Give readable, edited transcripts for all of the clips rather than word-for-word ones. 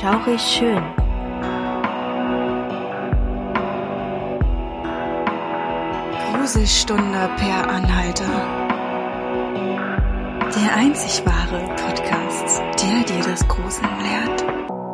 Schaurig schön. Gruselstunde per Anhalter. Der einzig wahre Podcast, der dir das Gruseln lehrt.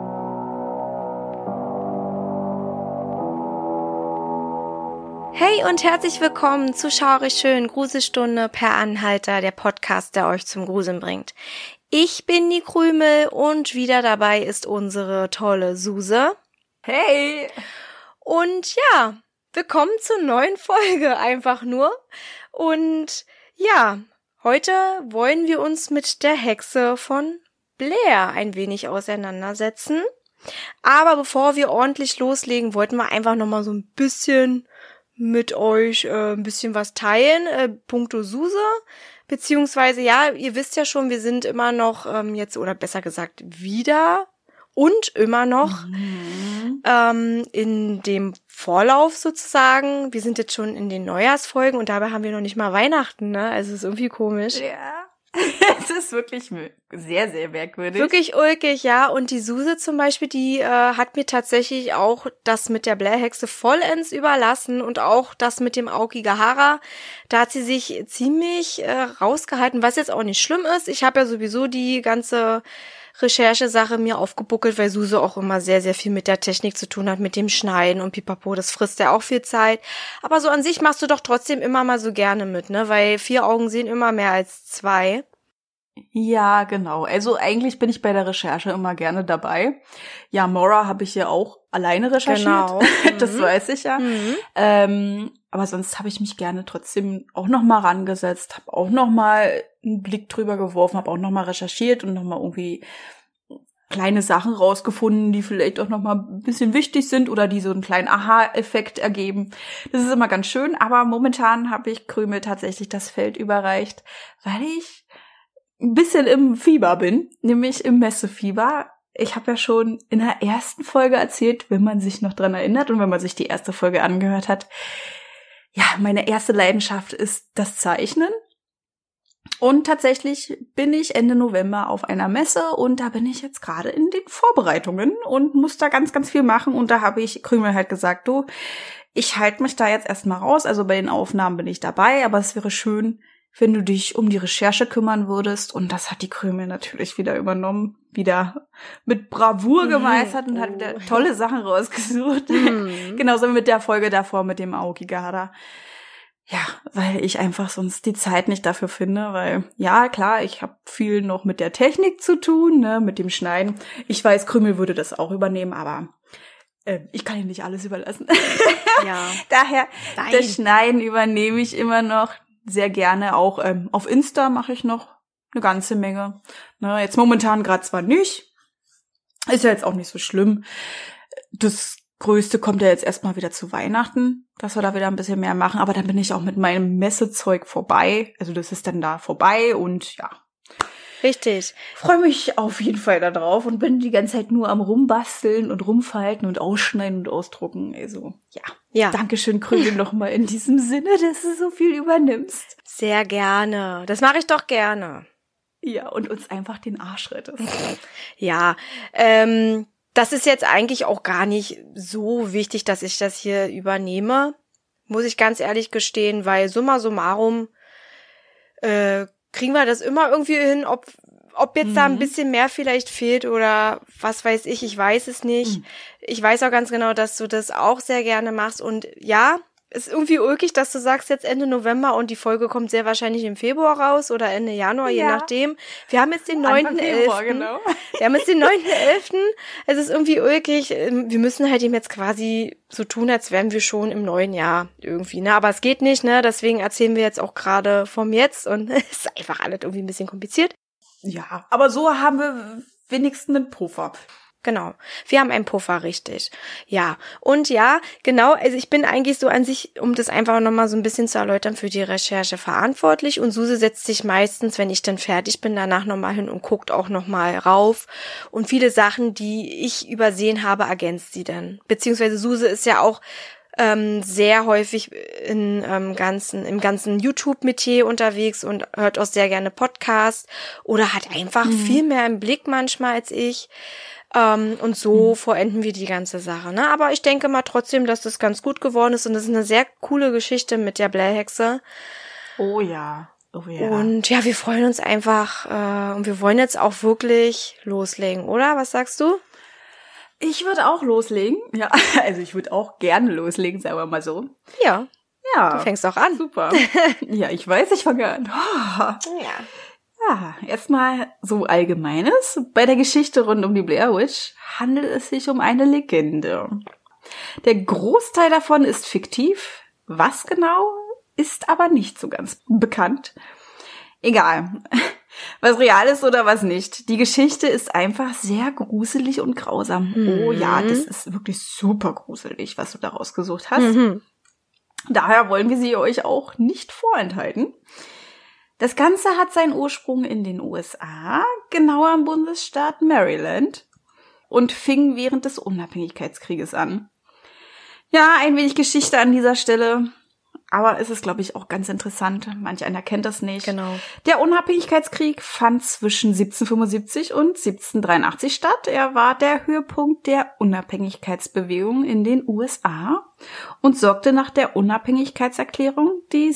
Hey und herzlich willkommen zu Schaurig schön, Gruselstunde per Anhalter, der Podcast, der euch zum Gruseln bringt. Ich bin die Krümel und wieder dabei ist unsere tolle Suse. Hey! Und ja, willkommen zur neuen Folge einfach nur. Und ja, heute wollen wir uns mit der Hexe von Blair ein wenig auseinandersetzen. Aber bevor wir ordentlich loslegen, wollten wir einfach nochmal so ein bisschen mit euch ein bisschen was teilen, puncto Suse. Beziehungsweise, ja, ihr wisst ja schon, wir sind immer noch jetzt, oder besser gesagt, wieder und immer noch in dem Vorlauf sozusagen. Wir sind jetzt schon in den Neujahrsfolgen und dabei haben wir noch nicht mal Weihnachten, ne? Also es ist irgendwie komisch. Ja, es ist wirklich sehr, sehr merkwürdig. Wirklich ulkig, ja. Und die Suse zum Beispiel, die hat mir tatsächlich auch das mit der Blair-Hexe vollends überlassen und auch das mit dem Aokigahara. Da hat sie sich ziemlich rausgehalten, was jetzt auch nicht schlimm ist. Ich habe ja sowieso die ganze Recherchesache mir aufgebuckelt, weil Suse auch immer sehr, sehr viel mit der Technik zu tun hat, mit dem Schneiden und Pipapo, das frisst ja auch viel Zeit. Aber so an sich machst du doch trotzdem immer mal so gerne mit, ne? Weil 4 Augen sehen immer mehr als 2. Ja, genau. Also eigentlich bin ich bei der Recherche immer gerne dabei. Ja, Maura habe ich ja auch alleine recherchiert. Genau. Das weiß ich ja. Aber sonst habe ich mich gerne trotzdem auch noch mal rangesetzt, habe auch noch mal einen Blick drüber geworfen, habe auch noch mal recherchiert und noch mal irgendwie kleine Sachen rausgefunden, die vielleicht auch noch mal ein bisschen wichtig sind oder die so einen kleinen Aha-Effekt ergeben. Das ist immer ganz schön, aber momentan habe ich Krümel tatsächlich das Feld überreicht, weil ich ein bisschen im Fieber bin, nämlich im Messefieber. Ich habe ja schon in der ersten Folge erzählt, wenn man sich noch dran erinnert und wenn man sich die erste Folge angehört hat, ja, meine erste Leidenschaft ist das Zeichnen. Und tatsächlich bin ich Ende November auf einer Messe und da bin ich jetzt gerade in den Vorbereitungen und muss da ganz, ganz viel machen. Und da habe ich Krümel halt gesagt, du, ich halte mich da jetzt erstmal raus. Also bei den Aufnahmen bin ich dabei, aber es wäre schön, wenn du dich um die Recherche kümmern würdest. Und das hat die Krümel natürlich wieder übernommen, wieder mit Bravour gemeistert und hat wieder tolle Sachen rausgesucht. Genauso wie mit der Folge davor mit dem Aokigahara. Ja, weil ich einfach sonst die Zeit nicht dafür finde, weil, ja, klar, ich habe viel noch mit der Technik zu tun, ne, mit dem Schneiden. Ich weiß, Krümel würde das auch übernehmen, aber ich kann ihm nicht alles überlassen. Ja. Daher, das Schneiden übernehme ich immer noch sehr gerne. Auch auf Insta mache ich noch eine ganze Menge. Ne, jetzt momentan gerade zwar nicht, ist ja jetzt auch nicht so schlimm. Das Größte kommt ja jetzt erstmal wieder zu Weihnachten, dass wir da wieder ein bisschen mehr machen. Aber dann bin ich auch mit meinem Messezeug vorbei. Also das ist dann da vorbei und ja. Richtig. Freue mich auf jeden Fall da drauf und bin die ganze Zeit nur am Rumbasteln und rumfalten und ausschneiden und ausdrucken. Also ja. Dankeschön, Krümel, nochmal in diesem Sinne, dass du so viel übernimmst. Sehr gerne. Das mache ich doch gerne. Ja, und uns einfach den Arsch rettest. Ja, das ist jetzt eigentlich auch gar nicht so wichtig, dass ich das hier übernehme, muss ich ganz ehrlich gestehen, weil summa summarum kriegen wir das immer irgendwie hin, ob jetzt da ein bisschen mehr vielleicht fehlt oder was weiß ich weiß es nicht. Ich weiß auch ganz genau, dass du das auch sehr gerne machst und ja, ist irgendwie ulkig, dass du sagst jetzt Ende November und die Folge kommt sehr wahrscheinlich im Februar raus oder Ende Januar, je nachdem. Wir haben jetzt den 9.11. Genau. Wir haben jetzt den 9.11. Es ist irgendwie ulkig. Wir müssen halt ihm jetzt quasi so tun, als wären wir schon im neuen Jahr irgendwie, ne? Aber es geht nicht, ne? Deswegen erzählen wir jetzt auch gerade vom Jetzt und es ist einfach alles irgendwie ein bisschen kompliziert. Ja, aber so haben wir wenigstens einen Puffer. Genau. Wir haben einen Puffer, richtig. Ja. Und ja, genau, also ich bin eigentlich so an sich, um das einfach nochmal so ein bisschen zu erläutern, für die Recherche verantwortlich. Und Suse setzt sich meistens, wenn ich dann fertig bin, danach nochmal hin und guckt auch nochmal rauf. Und viele Sachen, die ich übersehen habe, ergänzt sie dann. Beziehungsweise Suse ist ja auch sehr häufig im ganzen YouTube-Metier unterwegs und hört auch sehr gerne Podcasts oder hat einfach viel mehr im Blick manchmal als ich. Und so vollenden wir die ganze Sache, ne? Aber ich denke mal trotzdem, dass das ganz gut geworden ist und das ist eine sehr coole Geschichte mit der Blair-Hexe. Oh ja. Oh ja. Und ja, wir freuen uns einfach und wir wollen jetzt auch wirklich loslegen, oder? Was sagst du? Ich würde auch loslegen. Ja, also ich würde auch gerne loslegen, sagen wir mal so. Ja. Ja. Du fängst auch an. Super. Ja, ich weiß, ich fange an. Oh. Ja, erstmal so Allgemeines. Bei der Geschichte rund um die Blair Witch handelt es sich um eine Legende. Der Großteil davon ist fiktiv. Was genau, ist aber nicht so ganz bekannt. Egal, was real ist oder was nicht. Die Geschichte ist einfach sehr gruselig und grausam. Oh ja, das ist wirklich super gruselig, was du da rausgesucht hast. Daher wollen wir sie euch auch nicht vorenthalten. Das Ganze hat seinen Ursprung in den USA, genauer im Bundesstaat Maryland, und fing während des Unabhängigkeitskrieges an. Ja, ein wenig Geschichte an dieser Stelle, aber es ist, glaube ich, auch ganz interessant. Manch einer kennt das nicht. Genau. Der Unabhängigkeitskrieg fand zwischen 1775 und 1783 statt. Er war der Höhepunkt der Unabhängigkeitsbewegung in den USA und sorgte nach der Unabhängigkeitserklärung, die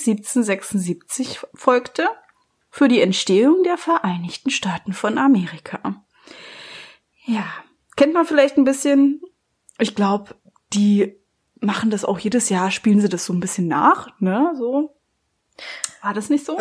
1776 folgte, für die Entstehung der Vereinigten Staaten von Amerika. Ja, kennt man vielleicht ein bisschen. Ich glaube, die machen das auch jedes Jahr, spielen sie das so ein bisschen nach, ne, so. War das nicht so?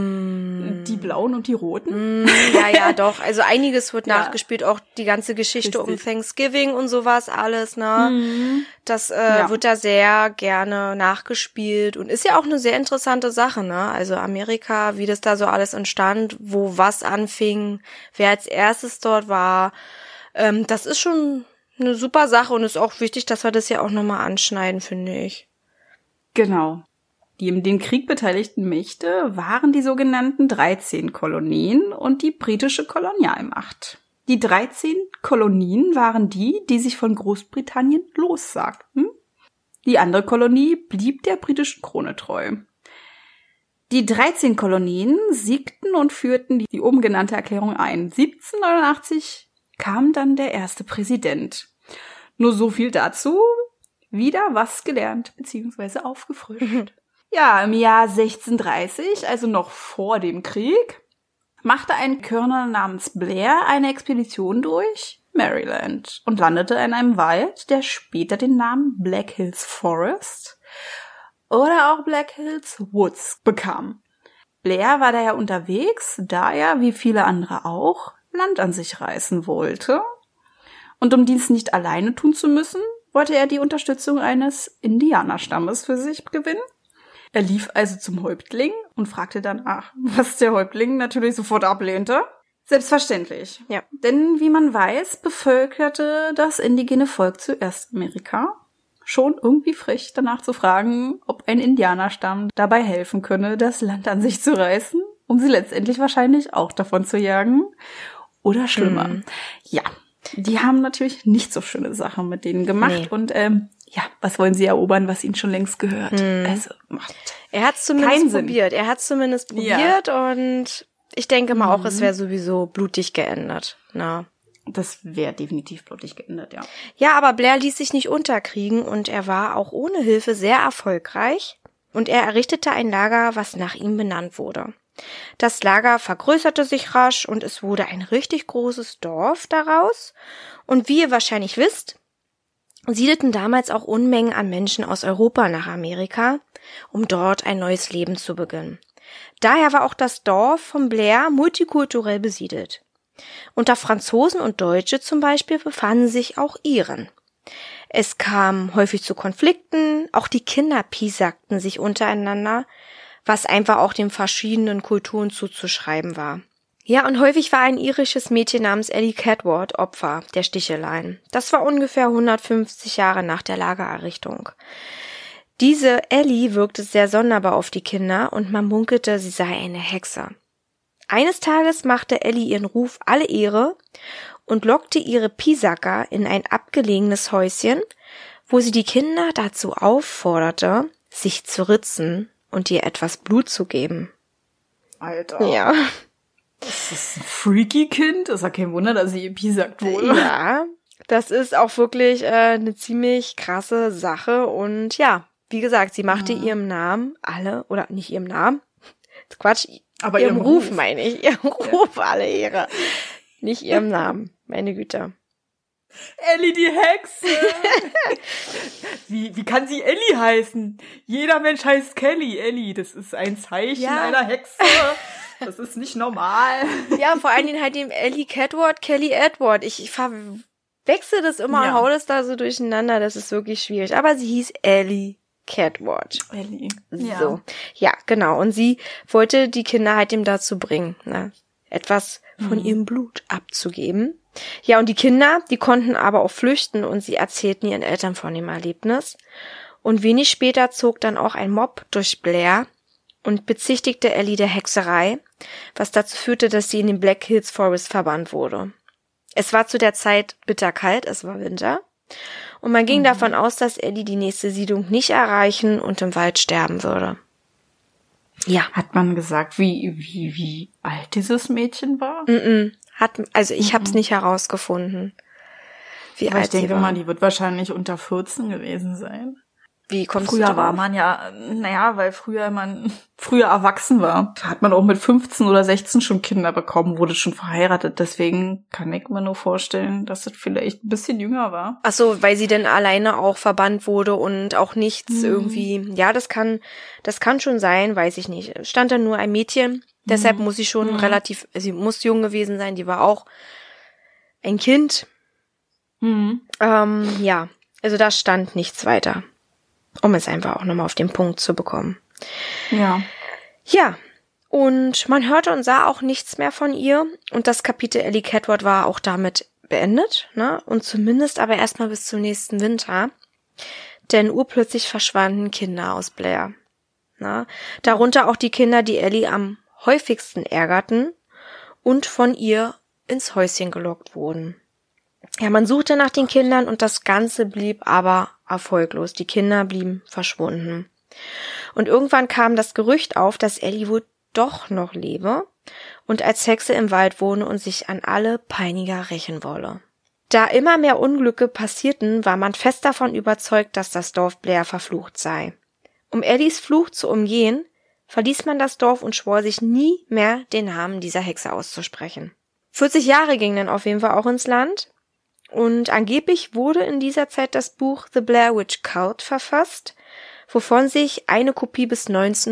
Die Blauen und die Roten? Ja, doch. Also einiges wird nachgespielt, auch die ganze Geschichte um Thanksgiving und sowas alles, ne. Das wird da sehr gerne nachgespielt und ist ja auch eine sehr interessante Sache, ne. Also Amerika, wie das da so alles entstand, wo was anfing, wer als erstes dort war, das ist schon eine super Sache und ist auch wichtig, dass wir das ja auch nochmal anschneiden, finde ich. Genau. Die in den Krieg beteiligten Mächte waren die sogenannten 13 Kolonien und die britische Kolonialmacht. Die 13 Kolonien waren die, die sich von Großbritannien lossagten. Die andere Kolonie blieb der britischen Krone treu. Die 13 Kolonien siegten und führten die oben genannte Erklärung ein. 1789 kam dann der erste Präsident. Nur so viel dazu. Wieder was gelernt bzw. aufgefrischt. Ja, im Jahr 1630, also noch vor dem Krieg, machte ein Colonel namens Blair eine Expedition durch Maryland und landete in einem Wald, der später den Namen Black Hills Forest oder auch Black Hills Woods bekam. Blair war daher unterwegs, da er, wie viele andere auch, Land an sich reißen wollte. Und um dies nicht alleine tun zu müssen, wollte er die Unterstützung eines Indianerstammes für sich gewinnen. Er lief also zum Häuptling und fragte danach, was der Häuptling natürlich sofort ablehnte. Selbstverständlich. Ja. Denn, wie man weiß, bevölkerte das indigene Volk zuerst Amerika. Schon irgendwie frech, danach zu fragen, ob ein Indianerstamm dabei helfen könne, das Land an sich zu reißen, um sie letztendlich wahrscheinlich auch davon zu jagen. Oder schlimmer. Ja. Die haben natürlich nicht so schöne Sachen mit denen gemacht. Nee. Und was wollen sie erobern, was ihnen schon längst gehört? Also macht er hat es zumindest probiert. Er hat es zumindest probiert und ich denke mal auch, es wäre sowieso blutig geendet. Na. Das wäre definitiv blutig geendet, ja. Ja, aber Blair ließ sich nicht unterkriegen und er war auch ohne Hilfe sehr erfolgreich. Und er errichtete ein Lager, was nach ihm benannt wurde. Das Lager vergrößerte sich rasch und es wurde ein richtig großes Dorf daraus. Und wie ihr wahrscheinlich wisst, siedelten damals auch Unmengen an Menschen aus Europa nach Amerika, um dort ein neues Leben zu beginnen. Daher war auch das Dorf von Blair multikulturell besiedelt. Unter Franzosen und Deutsche zum Beispiel befanden sich auch Iren. Es kam häufig zu Konflikten, auch die Kinder piesakten sich untereinander, was einfach auch den verschiedenen Kulturen zuzuschreiben war. Ja, und häufig war ein irisches Mädchen namens Ellie Catward Opfer der Sticheleien. Das war ungefähr 150 Jahre nach der Lagererrichtung. Diese Ellie wirkte sehr sonderbar auf die Kinder und man munkelte, sie sei eine Hexe. Eines Tages machte Ellie ihren Ruf alle Ehre und lockte ihre Piesacker in ein abgelegenes Häuschen, wo sie die Kinder dazu aufforderte, sich zu ritzen und ihr etwas Blut zu geben. Alter. Ja. Das ist ein freaky Kind. Ist ja kein Wunder, dass sie gepiesackt wurde. Ja, das ist auch wirklich eine ziemlich krasse Sache. Und ja, wie gesagt, sie machte ihrem Namen oder nicht ihrem Namen, Quatsch, aber ihrem Ruf meine ich, ihrem Ruf alle Ehre. Nicht ihrem Namen, meine Güte. Ellie, die Hexe! Wie kann sie Ellie heißen? Jeder Mensch heißt Kelly. Ellie, das ist ein Zeichen einer Hexe. Das ist nicht normal. Ja, vor allen Dingen halt dem Ellie Catward, Kelly Edward. Ich verwechsel das immer und hau das da so durcheinander. Das ist wirklich schwierig. Aber sie hieß Ellie Catward. Ellie. So. Ja, genau. Und sie wollte die Kinder halt ihm dazu bringen, etwas von ihrem Blut abzugeben. Ja, und die Kinder, die konnten aber auch flüchten und sie erzählten ihren Eltern von dem Erlebnis. Und wenig später zog dann auch ein Mob durch Blair und bezichtigte Ellie der Hexerei, was dazu führte, dass sie in den Black Hills Forest verbannt wurde. Es war zu der Zeit bitterkalt, es war Winter. Und man ging davon aus, dass Ellie die nächste Siedlung nicht erreichen und im Wald sterben würde. Ja. Hat man gesagt, wie alt dieses Mädchen war? Ich habe es nicht herausgefunden, wie alt sie war. Ich denke mal, die wird wahrscheinlich unter 14 gewesen sein. Wie kommst du Früher drauf? war man weil man früher erwachsen war. Da hat man auch mit 15 oder 16 schon Kinder bekommen, wurde schon verheiratet. Deswegen kann ich mir nur vorstellen, dass das vielleicht ein bisschen jünger war. Ach so, weil sie denn alleine auch verbannt wurde und auch nichts irgendwie. Ja, das kann schon sein, weiß ich nicht. Stand da nur ein Mädchen, deshalb muss sie schon sie muss jung gewesen sein, die war auch ein Kind. Ja, also da stand nichts weiter. Um es einfach auch nochmal auf den Punkt zu bekommen. Ja. Ja, und man hörte und sah auch nichts mehr von ihr. Und das Kapitel Ellie Catward war auch damit beendet, ne? Und zumindest aber erstmal bis zum nächsten Winter. Denn urplötzlich verschwanden Kinder aus Blair. Ne? Darunter auch die Kinder, die Ellie am häufigsten ärgerten und von ihr ins Häuschen gelockt wurden. Ja, man suchte nach den Kindern und das Ganze blieb aber erfolglos. Die Kinder blieben verschwunden. Und irgendwann kam das Gerücht auf, dass Ellie wohl doch noch lebe und als Hexe im Wald wohne und sich an alle Peiniger rächen wolle. Da immer mehr Unglücke passierten, war man fest davon überzeugt, dass das Dorf Blair verflucht sei. Um Ellies Fluch zu umgehen, verließ man das Dorf und schwor sich nie mehr den Namen dieser Hexe auszusprechen. 40 Jahre gingen dann auf jeden Fall auch ins Land. Und angeblich wurde in dieser Zeit das Buch The Blair Witch Cult verfasst, wovon sich eine Kopie bis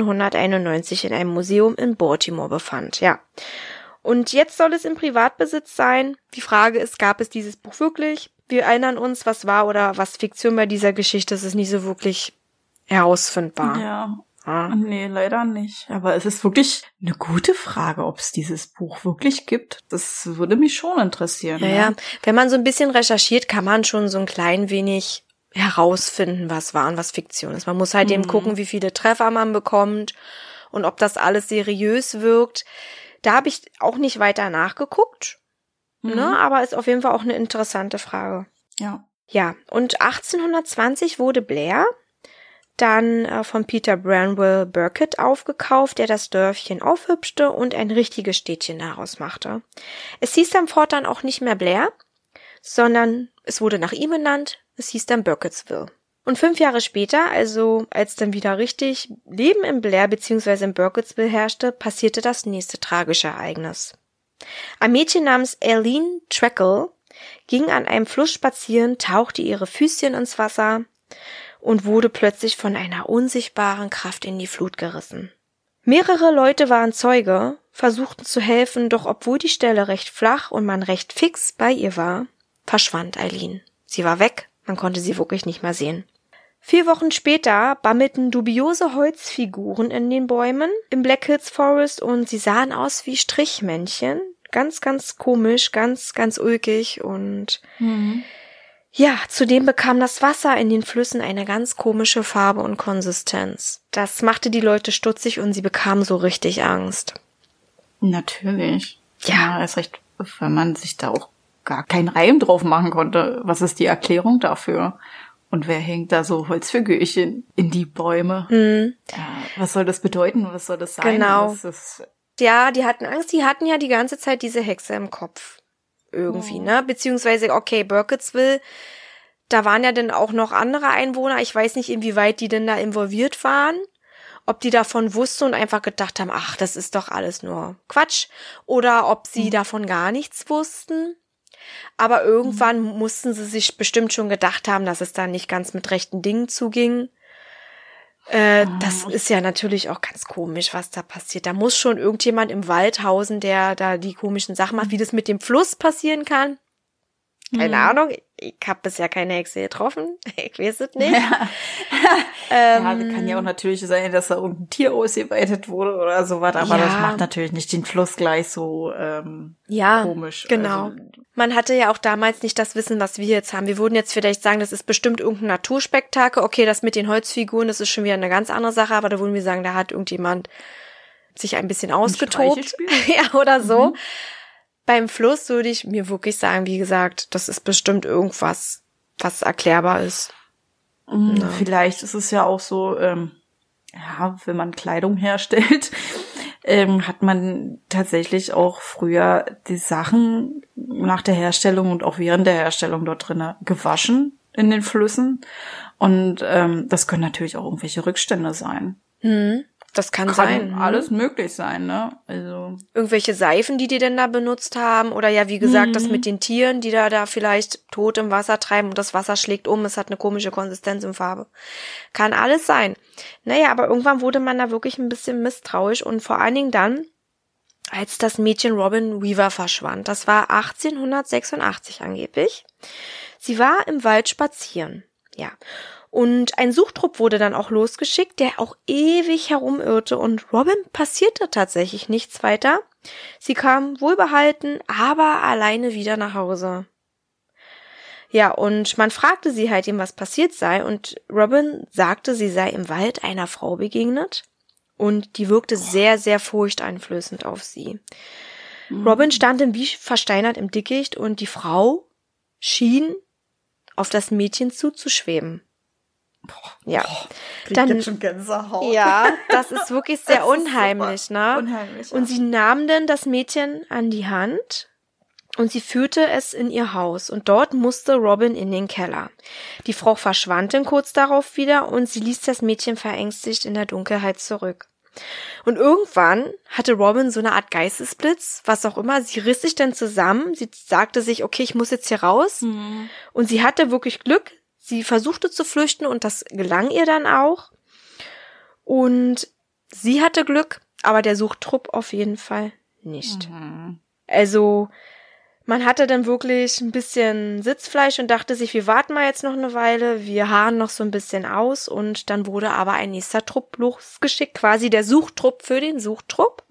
1991 in einem Museum in Baltimore befand. Ja. Und jetzt soll es im Privatbesitz sein. Die Frage ist, gab es dieses Buch wirklich? Wir erinnern uns, was war oder was Fiktion bei dieser Geschichte. Das ist nicht so wirklich herausfindbar. Ja. Nee, leider nicht. Aber es ist wirklich eine gute Frage, ob es dieses Buch wirklich gibt. Das würde mich schon interessieren. Ja. Wenn man so ein bisschen recherchiert, kann man schon so ein klein wenig herausfinden, was wahr und was Fiktion ist. Man muss halt eben gucken, wie viele Treffer man bekommt und ob das alles seriös wirkt. Da habe ich auch nicht weiter nachgeguckt, ne? Aber ist auf jeden Fall auch eine interessante Frage. Ja. Ja, und 1820 wurde Blair dann von Peter Branwell Burkitt aufgekauft, der das Dörfchen aufhübschte und ein richtiges Städtchen daraus machte. Es hieß dann fortan auch nicht mehr Blair, sondern es wurde nach ihm benannt, es hieß dann Burkittsville. Und 5 Jahre später, also als dann wieder richtig Leben in Blair bzw. in Burkittsville herrschte, passierte das nächste tragische Ereignis. Ein Mädchen namens Eileen Treacle ging an einem Fluss spazieren, tauchte ihre Füßchen ins Wasser und wurde plötzlich von einer unsichtbaren Kraft in die Flut gerissen. Mehrere Leute waren Zeuge, versuchten zu helfen, doch obwohl die Stelle recht flach und man recht fix bei ihr war, verschwand Eileen. Sie war weg, man konnte sie wirklich nicht mehr sehen. 4 Wochen später bammelten dubiose Holzfiguren in den Bäumen im Black Hills Forest und sie sahen aus wie Strichmännchen. Ganz, ganz komisch, ganz, ganz ulkig und ja, zudem bekam das Wasser in den Flüssen eine ganz komische Farbe und Konsistenz. Das machte die Leute stutzig und sie bekamen so richtig Angst. Natürlich. Ja, erst recht, wenn man sich da auch gar keinen Reim drauf machen konnte. Was ist die Erklärung dafür? Und wer hängt da so Holzfigürchen in die Bäume? Ja, was soll das bedeuten? Was soll das sein? Genau. Ja, die hatten Angst. Die hatten ja die ganze Zeit diese Hexe im Kopf. Irgendwie, ne? Beziehungsweise, okay, Burkittsville, da waren ja dann auch noch andere Einwohner. Ich weiß nicht, inwieweit die denn da involviert waren. Ob die davon wussten und einfach gedacht haben, ach, das ist doch alles nur Quatsch. Oder ob sie davon gar nichts wussten. Aber irgendwann mussten sie sich bestimmt schon gedacht haben, dass es da nicht ganz mit rechten Dingen zuging. Das ist ja natürlich auch ganz komisch, was da passiert. Da muss schon irgendjemand im Wald hausen, der da die komischen Sachen macht, wie das mit dem Fluss passieren kann. Keine Ahnung, ich habe bisher keine Hexe getroffen. Ich weiß es nicht. Ja, kann ja auch natürlich sein, dass da irgendein Tier ausgeweitet wurde oder sowas, aber das macht natürlich nicht den Fluss gleich so komisch. Genau. Also, man hatte ja auch damals nicht das Wissen, was wir jetzt haben. Wir würden jetzt vielleicht sagen, das ist bestimmt irgendein Naturspektakel. Okay, das mit den Holzfiguren, das ist schon wieder eine ganz andere Sache, aber da würden wir sagen, da hat irgendjemand sich ein bisschen ausgetobt. Ja, oder so. Beim Fluss würde ich mir wirklich sagen, wie gesagt, das ist bestimmt irgendwas, was erklärbar ist. Ja. Vielleicht ist es ja auch so, wenn man Kleidung herstellt, hat man tatsächlich auch früher die Sachen nach der Herstellung und auch während der Herstellung dort drinnen gewaschen in den Flüssen. Und das können natürlich auch irgendwelche Rückstände sein. Das kann sein. Alles möglich sein, ne? Also irgendwelche Seifen, die denn da benutzt haben, oder ja, wie gesagt, das mit den Tieren, die da vielleicht tot im Wasser treiben und das Wasser schlägt um, es hat eine komische Konsistenz und Farbe. Kann alles sein. Naja, aber irgendwann wurde man da wirklich ein bisschen misstrauisch und vor allen Dingen dann, als das Mädchen Robin Weaver verschwand. Das war 1886 angeblich. Sie war im Wald spazieren. Ja. Und ein Suchtrupp wurde dann auch losgeschickt, der auch ewig herumirrte und Robin passierte tatsächlich nichts weiter. Sie kam wohlbehalten, aber alleine wieder nach Hause. Ja, und man fragte sie halt eben, was passiert sei, und Robin sagte, sie sei im Wald einer Frau begegnet und die wirkte sehr, sehr furchteinflößend auf sie. Robin stand wie versteinert im Dickicht und die Frau schien auf das Mädchen zuzuschweben. Ja, dann jetzt schon Gänsehaut. Ja, das ist wirklich sehr unheimlich, ne? Unheimlich. Ja. Und sie nahm dann das Mädchen an die Hand und sie führte es in ihr Haus und dort musste Robin in den Keller. Die Frau verschwand dann kurz darauf wieder und sie ließ das Mädchen verängstigt in der Dunkelheit zurück. Und irgendwann hatte Robin so eine Art Geistesblitz, was auch immer. Sie riss sich dann zusammen. Sie sagte sich, okay, ich muss jetzt hier raus. Und sie hatte wirklich Glück. Sie versuchte zu flüchten und das gelang ihr dann auch. Und sie hatte Glück, aber der Suchtrupp auf jeden Fall nicht. Also man hatte dann wirklich ein bisschen Sitzfleisch und dachte sich, wir warten mal jetzt noch eine Weile, wir harren noch so ein bisschen aus. Und dann wurde aber ein nächster Trupp losgeschickt, quasi der Suchtrupp für den Suchtrupp.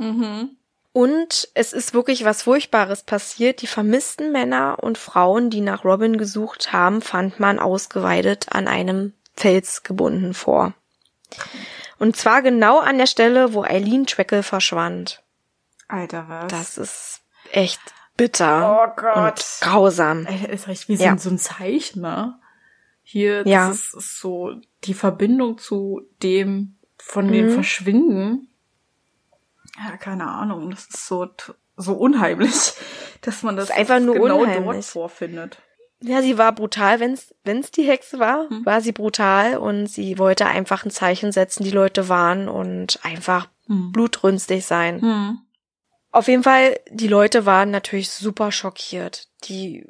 Und es ist wirklich was Furchtbares passiert. Die vermissten Männer und Frauen, die nach Robin gesucht haben, fand man ausgeweidet an einem Fels gebunden vor. Und zwar genau an der Stelle, wo Eileen Trackle verschwand. Alter, was? Das ist echt bitter und grausam. Das ist recht wie so ein Zeichner. Hier, das ist so die Verbindung zu dem von den Verschwinden. Ja, keine Ahnung, das ist so unheimlich, dass man das einfach nur genau unheimlich dort vorfindet. Ja, sie war brutal, wenn's die Hexe war, war sie brutal und sie wollte einfach ein Zeichen setzen, die Leute waren und einfach blutrünstig sein. Auf jeden Fall, die Leute waren natürlich super schockiert. Die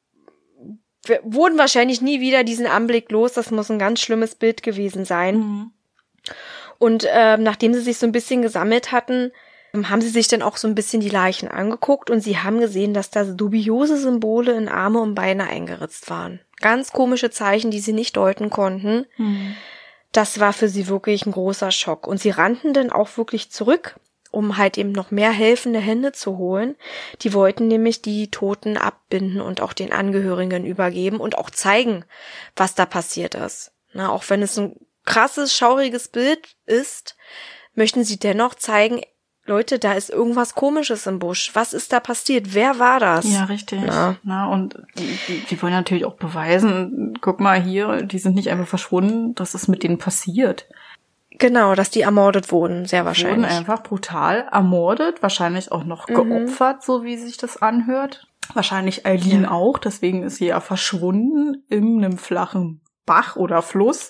wurden wahrscheinlich nie wieder diesen Anblick los, das muss ein ganz schlimmes Bild gewesen sein. Und nachdem sie sich so ein bisschen gesammelt hatten, haben sie sich dann auch so ein bisschen die Leichen angeguckt und sie haben gesehen, dass da dubiose Symbole in Arme und Beine eingeritzt waren. Ganz komische Zeichen, die sie nicht deuten konnten. Das war für sie wirklich ein großer Schock. Und sie rannten dann auch wirklich zurück, um halt eben noch mehr helfende Hände zu holen. Die wollten nämlich die Toten abbinden und auch den Angehörigen übergeben und auch zeigen, was da passiert ist. Na, auch wenn es ein krasses, schauriges Bild ist, möchten sie dennoch zeigen, Leute, da ist irgendwas Komisches im Busch. Was ist da passiert? Wer war das? Ja, richtig. Na, und die wollen natürlich auch beweisen, guck mal hier, die sind nicht einfach verschwunden, das ist mit denen passiert. Genau, dass die ermordet wurden, sehr wahrscheinlich. Wurden einfach brutal ermordet, wahrscheinlich auch noch geopfert, so wie sich das anhört. Wahrscheinlich Eileen auch, deswegen ist sie ja verschwunden in einem flachen Bach oder Fluss.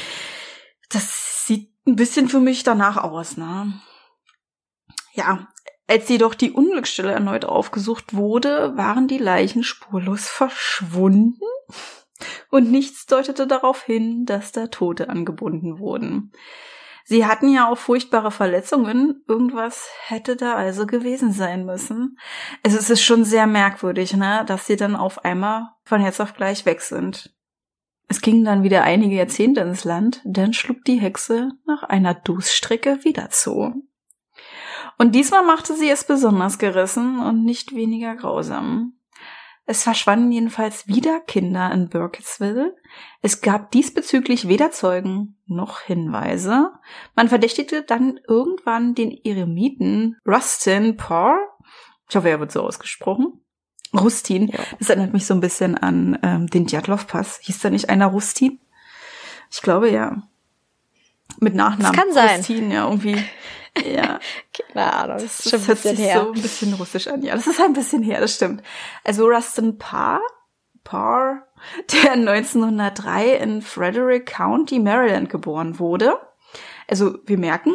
Das sieht ein bisschen für mich danach aus, ne? Ja, als jedoch die Unglücksstelle erneut aufgesucht wurde, waren die Leichen spurlos verschwunden und nichts deutete darauf hin, dass da Tote angebunden wurden. Sie hatten ja auch furchtbare Verletzungen, irgendwas hätte da also gewesen sein müssen. Also es ist schon sehr merkwürdig, ne, dass sie dann auf einmal von jetzt auf gleich weg sind. Es gingen dann wieder einige Jahrzehnte ins Land, dann schlug die Hexe nach einer Durststrecke wieder zu. Und diesmal machte sie es besonders gerissen und nicht weniger grausam. Es verschwanden jedenfalls wieder Kinder in Burkittsville. Es gab diesbezüglich weder Zeugen noch Hinweise. Man verdächtigte dann irgendwann den Eremiten Rustin Parr. Ich hoffe, er wird so ausgesprochen. Rustin. Ja. Das erinnert mich so ein bisschen an den Djatlov-Pass. Hieß da nicht einer Rustin? Ich glaube, ja. Mit Nachnamen. Das kann sein. Rustin, ja, irgendwie. Ja. Keine Ahnung. Das ist schon hört sich her. So ein bisschen russisch an. Ja, das ist ein bisschen her, das stimmt. Also Rustin Parr, der 1903 in Frederick County, Maryland geboren wurde. Also wir merken,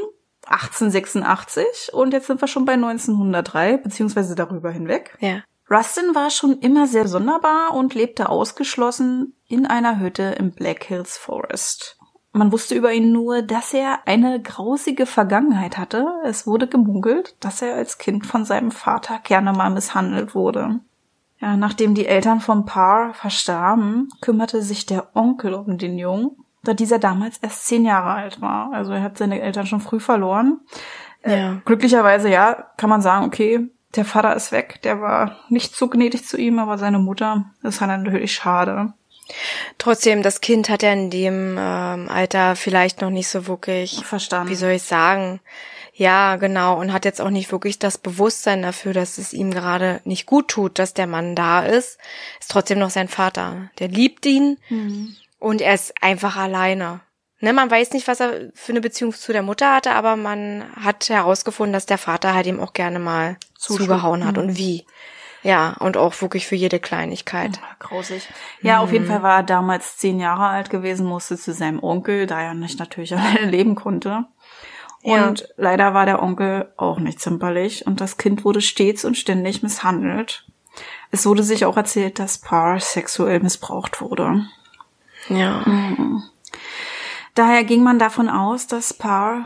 1886 und jetzt sind wir schon bei 1903, beziehungsweise darüber hinweg. Ja. Rustin war schon immer sehr sonderbar und lebte ausgeschlossen in einer Hütte im Black Hills Forest. Man wusste über ihn nur, dass er eine grausige Vergangenheit hatte. Es wurde gemunkelt, dass er als Kind von seinem Vater gerne mal misshandelt wurde. Ja, nachdem die Eltern von Parr verstarben, kümmerte sich der Onkel um den Jungen, da dieser damals erst 10 Jahre alt war. Also er hat seine Eltern schon früh verloren. Ja. Glücklicherweise, ja, kann man sagen, okay, der Vater ist weg, der war nicht so gnädig zu ihm, aber seine Mutter, das war natürlich schade. Trotzdem, das Kind hat ja in dem Alter vielleicht noch nicht so wirklich verstanden. Wie soll ich sagen? Ja, genau. Und hat jetzt auch nicht wirklich das Bewusstsein dafür, dass es ihm gerade nicht gut tut, dass der Mann da ist. Ist trotzdem noch sein Vater. Der liebt ihn und er ist einfach alleine. Ne, man weiß nicht, was er für eine Beziehung zu der Mutter hatte, aber man hat herausgefunden, dass der Vater halt ihm auch gerne mal zugehauen hat und wie. Ja, und auch wirklich für jede Kleinigkeit. Grausig. Ja, auf jeden Fall war er damals 10 Jahre alt gewesen, musste zu seinem Onkel, da er nicht natürlich alleine leben konnte. Und leider war der Onkel auch nicht zimperlich und das Kind wurde stets und ständig misshandelt. Es wurde sich auch erzählt, dass Parr sexuell missbraucht wurde. Ja. Daher ging man davon aus, dass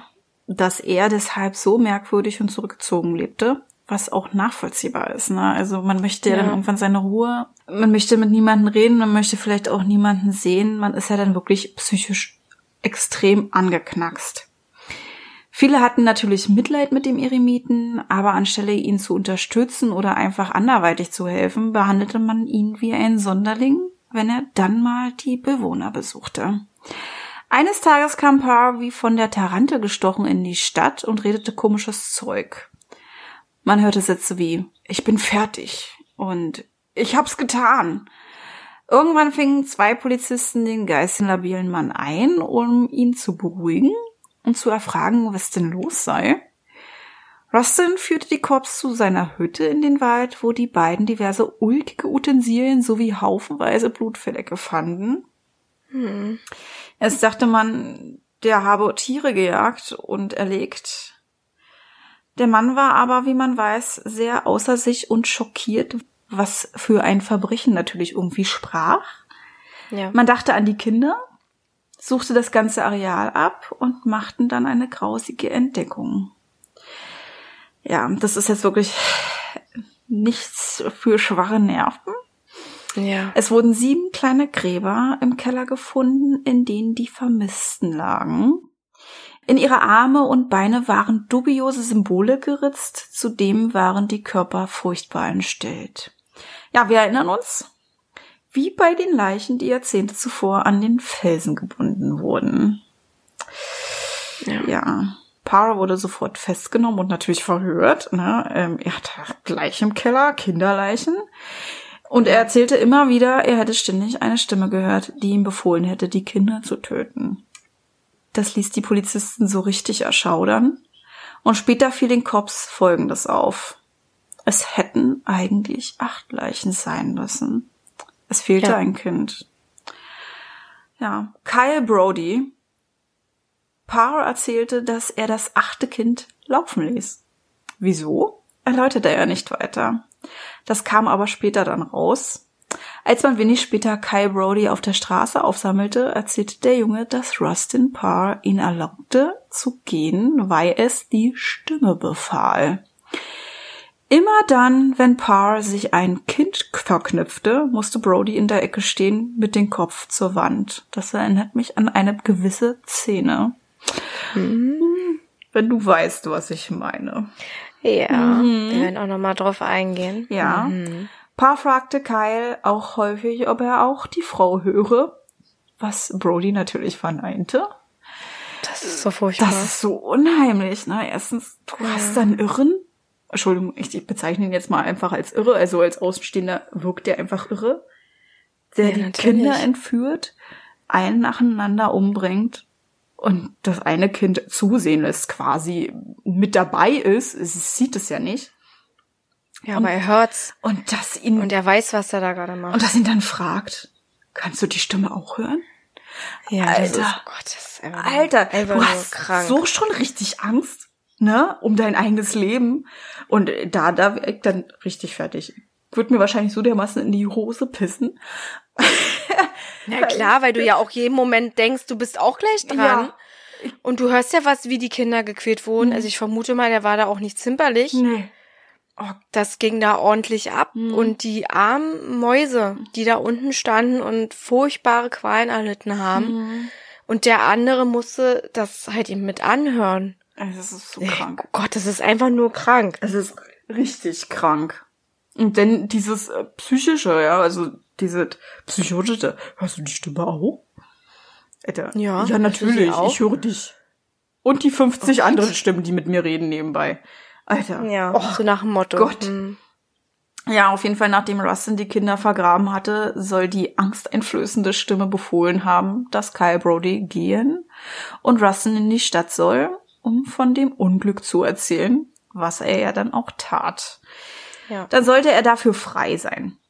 er deshalb so merkwürdig und zurückgezogen lebte, was auch nachvollziehbar ist, ne? Also man möchte ja dann irgendwann seine Ruhe, man möchte mit niemandem reden, man möchte vielleicht auch niemanden sehen, man ist ja dann wirklich psychisch extrem angeknackst. Viele hatten natürlich Mitleid mit dem Eremiten, aber anstelle ihn zu unterstützen oder einfach anderweitig zu helfen, behandelte man ihn wie ein Sonderling, wenn er dann mal die Bewohner besuchte. Eines Tages kam Parr wie von der Tarantel gestochen in die Stadt und redete komisches Zeug. Man hörte Sätze wie, ich bin fertig und ich hab's getan. Irgendwann fingen 2 Polizisten den geistlabilen Mann ein, um ihn zu beruhigen und zu erfragen, was denn los sei. Rustin führte die Korps zu seiner Hütte in den Wald, wo die beiden diverse ulkige Utensilien sowie haufenweise Blutflecke fanden. Erst dachte man, der habe Tiere gejagt und erlegt. Der Mann war aber, wie man weiß, sehr außer sich und schockiert, was für ein Verbrechen natürlich irgendwie sprach. Ja. Man dachte an die Kinder, suchte das ganze Areal ab und machten dann eine grausige Entdeckung. Ja, das ist jetzt wirklich nichts für schwache Nerven. Ja. Es wurden 7 kleine Gräber im Keller gefunden, in denen die Vermissten lagen. In ihre Arme und Beine waren dubiose Symbole geritzt, zudem waren die Körper furchtbar entstellt. Ja, wir erinnern uns, wie bei den Leichen, die Jahrzehnte zuvor an den Felsen gebunden wurden. Ja. Parr wurde sofort festgenommen und natürlich verhört. Ne? Er hatte gleich im Keller Kinderleichen. Und er erzählte immer wieder, er hätte ständig eine Stimme gehört, die ihm befohlen hätte, die Kinder zu töten. Das ließ die Polizisten so richtig erschaudern. Und später fiel den Cops Folgendes auf. Es hätten eigentlich 8 Leichen sein müssen. Es fehlte ein Kind. Ja, Kyle Brody. Parr erzählte, dass er das 8. Kind laufen ließ. Wieso? Erläuterte er nicht weiter. Das kam aber später dann raus. Als man wenig später Kyle Brody auf der Straße aufsammelte, erzählte der Junge, dass Rustin Parr ihn erlaubte zu gehen, weil es die Stimme befahl. Immer dann, wenn Parr sich ein Kind verknüpfte, musste Brody in der Ecke stehen mit dem Kopf zur Wand. Das erinnert mich an eine gewisse Szene. Wenn du weißt, was ich meine. Ja, wir werden auch nochmal drauf eingehen. Ja. Parr fragte Kyle auch häufig, ob er auch die Frau höre, was Brody natürlich verneinte. Das ist so furchtbar. Das ist so unheimlich, ne? Erstens, du hast da einen Irren. Entschuldigung, ich bezeichne ihn jetzt mal einfach als irre. Also als Außenstehender wirkt er einfach irre. Der die Kinder entführt, einen nacheinander umbringt und das eine Kind zusehen lässt, quasi mit dabei ist. Es sieht es ja nicht. Ja, aber er hört's. Und er weiß, was er da gerade macht. Und dass ihn dann fragt, kannst du die Stimme auch hören? Ja, Alter, das ist Alter, du hast krank. So schon richtig Angst, ne, um dein eigenes Leben. Und da wäre ich dann richtig fertig. Würde mir wahrscheinlich so dermaßen in die Hose pissen. Ja klar, weil du ja auch jeden Moment denkst, du bist auch gleich dran. Ja. Und du hörst ja was, wie die Kinder gequält wurden. Also ich vermute mal, der war da auch nicht zimperlich. Nee. Oh, das ging da ordentlich ab. Und die armen Mäuse, die da unten standen und furchtbare Qualen erlitten haben. Und der andere musste das halt eben mit anhören. Das ist so krank. Oh Gott, das ist einfach nur krank. Es ist richtig krank. Und dann dieses psychische, ja, also diese psychotische, hörst du die Stimme auch? Alter, ja, natürlich, ich höre dich. Und die 50 anderen Stimmen, die mit mir reden nebenbei. Alter. Ja, so nach dem Motto. Gott. Ja, auf jeden Fall, nachdem Rustin die Kinder vergraben hatte, soll die angsteinflößende Stimme befohlen haben, dass Kyle Brody gehen und Rustin in die Stadt soll, um von dem Unglück zu erzählen, was er ja dann auch tat. Ja. Dann sollte er dafür frei sein.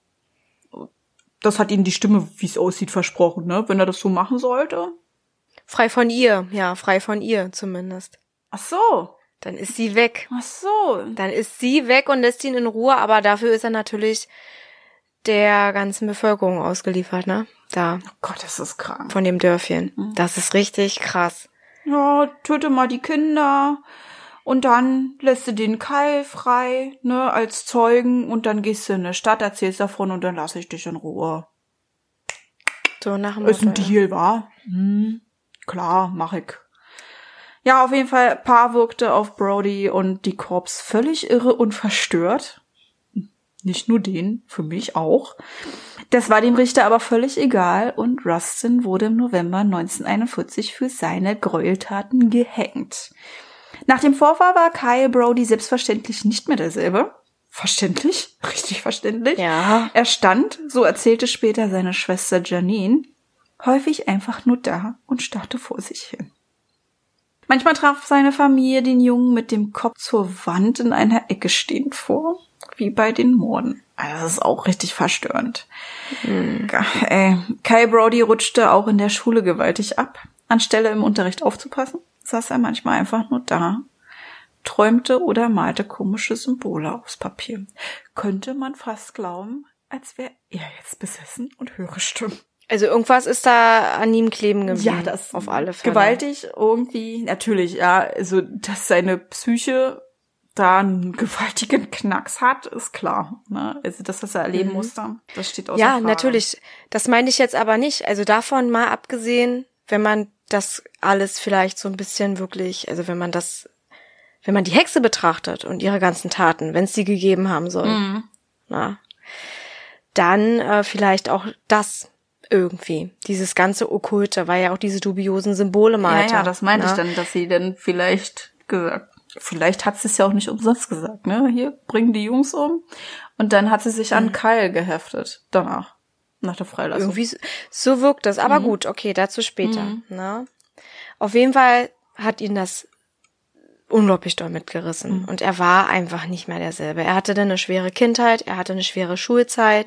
Das hat ihm die Stimme, wie es aussieht, versprochen, ne? Wenn er das so machen sollte. Frei von ihr, ja, frei von ihr zumindest. Ach so. Dann ist sie weg. Ach so. Dann ist sie weg und lässt ihn in Ruhe, aber dafür ist er natürlich der ganzen Bevölkerung ausgeliefert, ne? Da. Oh Gott, das ist krank. Von dem Dörfchen. Das ist richtig krass. Ja, töte mal die Kinder und dann lässt du den Kyle frei, ne, als Zeugen und dann gehst du in eine Stadt, erzählst davon und dann lasse ich dich in Ruhe. So nach dem Motto, ist ein Deal, wa? Klar, mach ich. Ja, auf jeden Fall, Parr wirkte auf Brody und die Cops völlig irre und verstört. Nicht nur den, für mich auch. Das war dem Richter aber völlig egal und Rustin wurde im November 1941 für seine Gräueltaten gehängt. Nach dem Vorfall war Kyle Brody selbstverständlich nicht mehr derselbe. Verständlich? Richtig verständlich. Ja. Er stand, so erzählte später seine Schwester Janine, häufig einfach nur da und starrte vor sich hin. Manchmal traf seine Familie den Jungen mit dem Kopf zur Wand in einer Ecke stehend vor, wie bei den Morden. Also das ist auch richtig verstörend. Kyle Brody rutschte auch in der Schule gewaltig ab. Anstelle im Unterricht aufzupassen, saß er manchmal einfach nur da, träumte oder malte komische Symbole aufs Papier. Könnte man fast glauben, als wäre er jetzt besessen und höre Stimmen. Also irgendwas ist da an ihm kleben geblieben. Ja, das auf alle Fälle. Gewaltig irgendwie, natürlich, ja, also dass seine Psyche da einen gewaltigen Knacks hat, ist klar. Ne? Also das, was er erleben musste, das steht außer Frage. Ja, natürlich. Das meine ich jetzt aber nicht. Also davon mal abgesehen, wenn man das alles vielleicht so ein bisschen wirklich, also wenn man die Hexe betrachtet und ihre ganzen Taten, wenn es die gegeben haben soll, dann vielleicht auch das irgendwie, dieses ganze Okkulte, weil ja auch diese dubiosen Symbole malte. Ja, das meinte ich dann, dass sie dann vielleicht gesagt. Vielleicht hat sie es ja auch nicht umsonst gesagt, ne? Hier, bringen die Jungs um. Und dann hat sie sich an Kyle geheftet. Danach. Nach der Freilassung. Irgendwie so wirkt das. Aber gut, okay, dazu später. Ne? Auf jeden Fall hat ihn das unglaublich doll mitgerissen. Und er war einfach nicht mehr derselbe. Er hatte dann eine schwere Kindheit, er hatte eine schwere Schulzeit.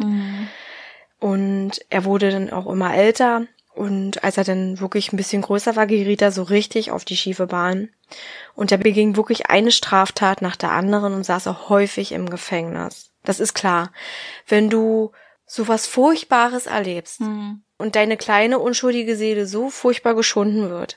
Und er wurde dann auch immer älter. Und als er dann wirklich ein bisschen größer war, geriet er so richtig auf die schiefe Bahn. Und er beging wirklich eine Straftat nach der anderen und saß auch häufig im Gefängnis. Das ist klar. Wenn du sowas Furchtbares erlebst und deine kleine, unschuldige Seele so furchtbar geschunden wird,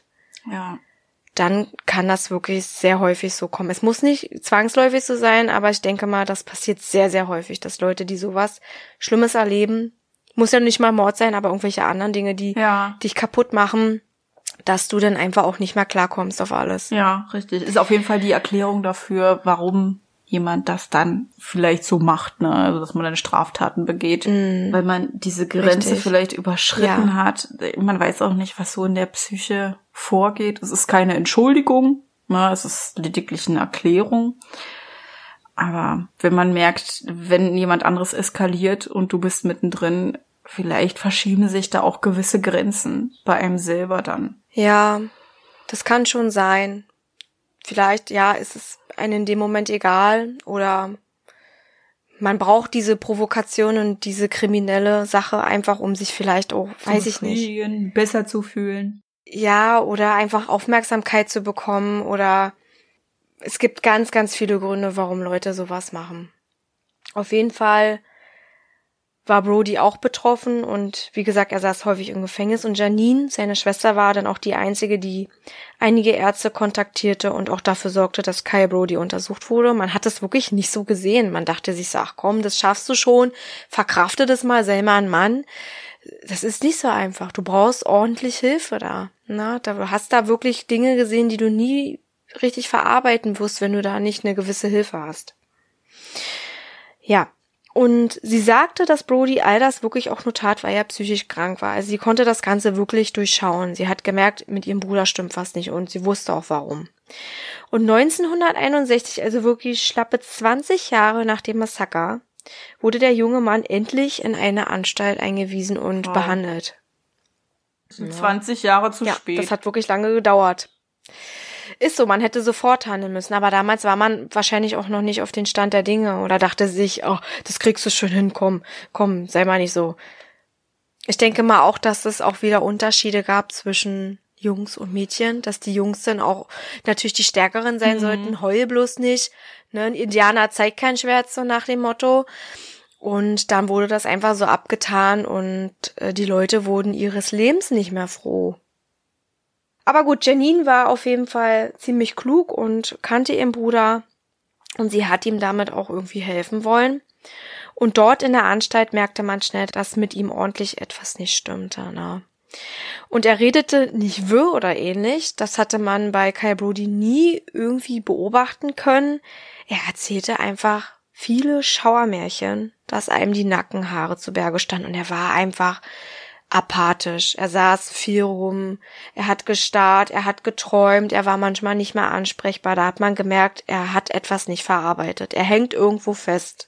dann kann das wirklich sehr häufig so kommen. Es muss nicht zwangsläufig so sein, aber ich denke mal, das passiert sehr, sehr häufig, dass Leute, die sowas Schlimmes erleben, muss ja nicht mal Mord sein, aber irgendwelche anderen Dinge, die dich kaputt machen, dass du dann einfach auch nicht mehr klarkommst auf alles. Ja, richtig. Ist auf jeden Fall die Erklärung dafür, warum jemand das dann vielleicht so macht, ne? Also, dass man dann Straftaten begeht, weil man diese Grenze vielleicht überschritten hat. Man weiß auch nicht, was so in der Psyche vorgeht. Es ist keine Entschuldigung, ne? Es ist lediglich eine Erklärung. Aber wenn man merkt, wenn jemand anderes eskaliert und du bist mittendrin, vielleicht verschieben sich da auch gewisse Grenzen bei einem selber dann. Ja, das kann schon sein. Vielleicht, ist es einem in dem Moment egal oder man braucht diese Provokation und diese kriminelle Sache einfach, um sich vielleicht auch, weiß ich nicht, besser zu fühlen. Ja, oder einfach Aufmerksamkeit zu bekommen oder es gibt ganz, ganz viele Gründe, warum Leute sowas machen. Auf jeden Fall war Brody auch betroffen und wie gesagt, er saß häufig im Gefängnis und Janine, seine Schwester, war dann auch die einzige, die einige Ärzte kontaktierte und auch dafür sorgte, dass Kyle Brody untersucht wurde. Man hat es wirklich nicht so gesehen. Man dachte sich so, ach komm, das schaffst du schon, verkrafte das mal, sei mal ein Mann. Das ist nicht so einfach. Du brauchst ordentlich Hilfe da. Na, du hast da wirklich Dinge gesehen, die du nie richtig verarbeiten wirst, wenn du da nicht eine gewisse Hilfe hast. Ja. Und sie sagte, dass Brody all das wirklich auch nur tat, weil er psychisch krank war. Also sie konnte das Ganze wirklich durchschauen. Sie hat gemerkt, mit ihrem Bruder stimmt was nicht und sie wusste auch warum. Und 1961, also wirklich schlappe 20 Jahre nach dem Massaker, wurde der junge Mann endlich in eine Anstalt eingewiesen und behandelt. 20 Jahre zu spät. Das hat wirklich lange gedauert. Ist so, man hätte sofort handeln müssen, aber damals war man wahrscheinlich auch noch nicht auf den Stand der Dinge oder dachte sich, oh, das kriegst du schon hin, komm, sei mal nicht so. Ich denke mal auch, dass es auch wieder Unterschiede gab zwischen Jungs und Mädchen, dass die Jungs dann auch natürlich die Stärkeren sein sollten, heul bloß nicht, ne, ein Indianer zeigt kein Schwert, so nach dem Motto. Und dann wurde das einfach so abgetan und die Leute wurden ihres Lebens nicht mehr froh. Aber gut, Janine war auf jeden Fall ziemlich klug und kannte ihren Bruder und sie hat ihm damit auch irgendwie helfen wollen. Und dort in der Anstalt merkte man schnell, dass mit ihm ordentlich etwas nicht stimmte. Ne? Und er redete nicht wirr oder ähnlich. Das hatte man bei Kyle Brody nie irgendwie beobachten können. Er erzählte einfach viele Schauermärchen, dass einem die Nackenhaare zu Berge standen und er war einfach apathisch. Er saß viel rum, er hat gestarrt, er hat geträumt, er war manchmal nicht mehr ansprechbar. Da hat man gemerkt, er hat etwas nicht verarbeitet. Er hängt irgendwo fest.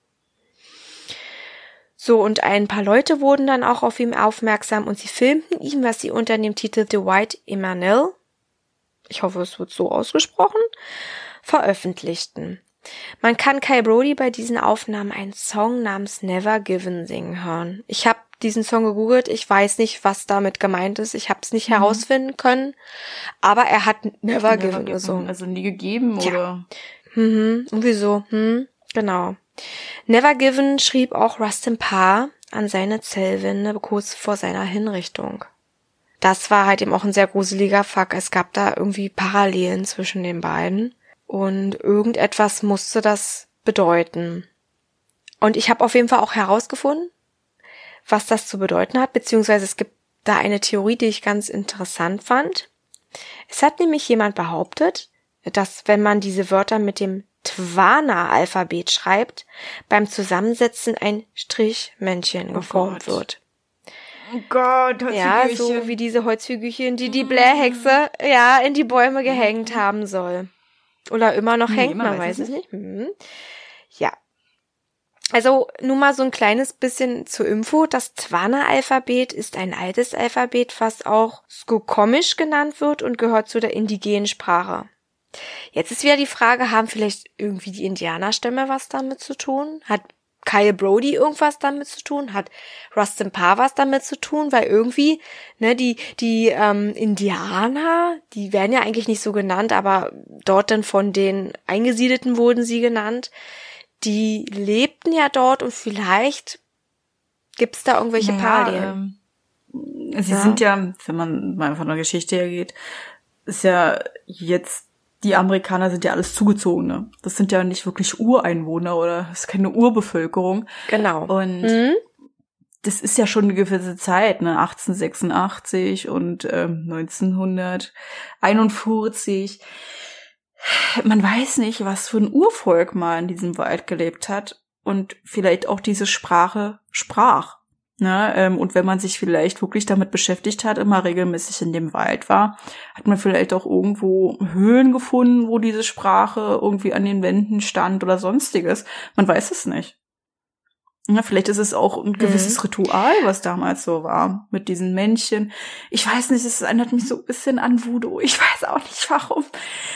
So, und ein paar Leute wurden dann auch auf ihn aufmerksam und sie filmten ihm, was sie unter dem Titel The White Emanuel, ich hoffe, es wird so ausgesprochen, veröffentlichten. Man kann Kyle Brody bei diesen Aufnahmen einen Song namens Never Given singen hören. Ich habe diesen Song gegoogelt, ich weiß nicht, was damit gemeint ist, ich habe es nicht herausfinden können, aber er hat Never Given gesungen. Also nie gegeben, oder? Irgendwie so, genau. Never Given schrieb auch Rustin Parr an seine Zellwände kurz vor seiner Hinrichtung. Das war halt eben auch ein sehr gruseliger Fakt. Es gab da irgendwie Parallelen zwischen den beiden und irgendetwas musste das bedeuten. Und ich habe auf jeden Fall auch herausgefunden, was das zu bedeuten hat, beziehungsweise es gibt da eine Theorie, die ich ganz interessant fand. Es hat nämlich jemand behauptet, dass wenn man diese Wörter mit dem Twana-Alphabet schreibt, beim Zusammensetzen ein Strichmännchen geformt wird. Oh Gott, Holzfigürchen. Ja, so wie diese Holzfigürchen, die die Blair-Hexe in die Bäume gehängt haben soll. Oder immer noch hängt, man weiß es nicht. Ja. Also nur mal so ein kleines bisschen zur Info. Das Tswana-Alphabet ist ein altes Alphabet, was auch Skokomisch genannt wird und gehört zu der indigenen Sprache. Jetzt ist wieder die Frage, haben vielleicht irgendwie die Indianerstämme was damit zu tun? Hat Kyle Brody irgendwas damit zu tun? Hat Rustin Parr was damit zu tun? Weil irgendwie, ne, die Indianer, die werden ja eigentlich nicht so genannt, aber dort dann von den Eingesiedelten wurden sie genannt. Die lebten ja dort und vielleicht gibt's da irgendwelche Parallelen. Sie sind ja, wenn man mal von der Geschichte her geht, ist ja jetzt, die Amerikaner sind ja alles Zugezogene. Das sind ja nicht wirklich Ureinwohner oder das ist keine Urbevölkerung. Genau. Und das ist ja schon eine gewisse Zeit, ne? 1886 und 1941. Man weiß nicht, was für ein Urvolk mal in diesem Wald gelebt hat und vielleicht auch diese Sprache sprach. Ne? Und wenn man sich vielleicht wirklich damit beschäftigt hat, immer regelmäßig in dem Wald war, hat man vielleicht auch irgendwo Höhlen gefunden, wo diese Sprache irgendwie an den Wänden stand oder sonstiges. Man weiß es nicht. Ja, vielleicht ist es auch ein gewisses Ritual, was damals so war, mit diesen Männchen. Ich weiß nicht, es erinnert mich so ein bisschen an Voodoo. Ich weiß auch nicht, warum.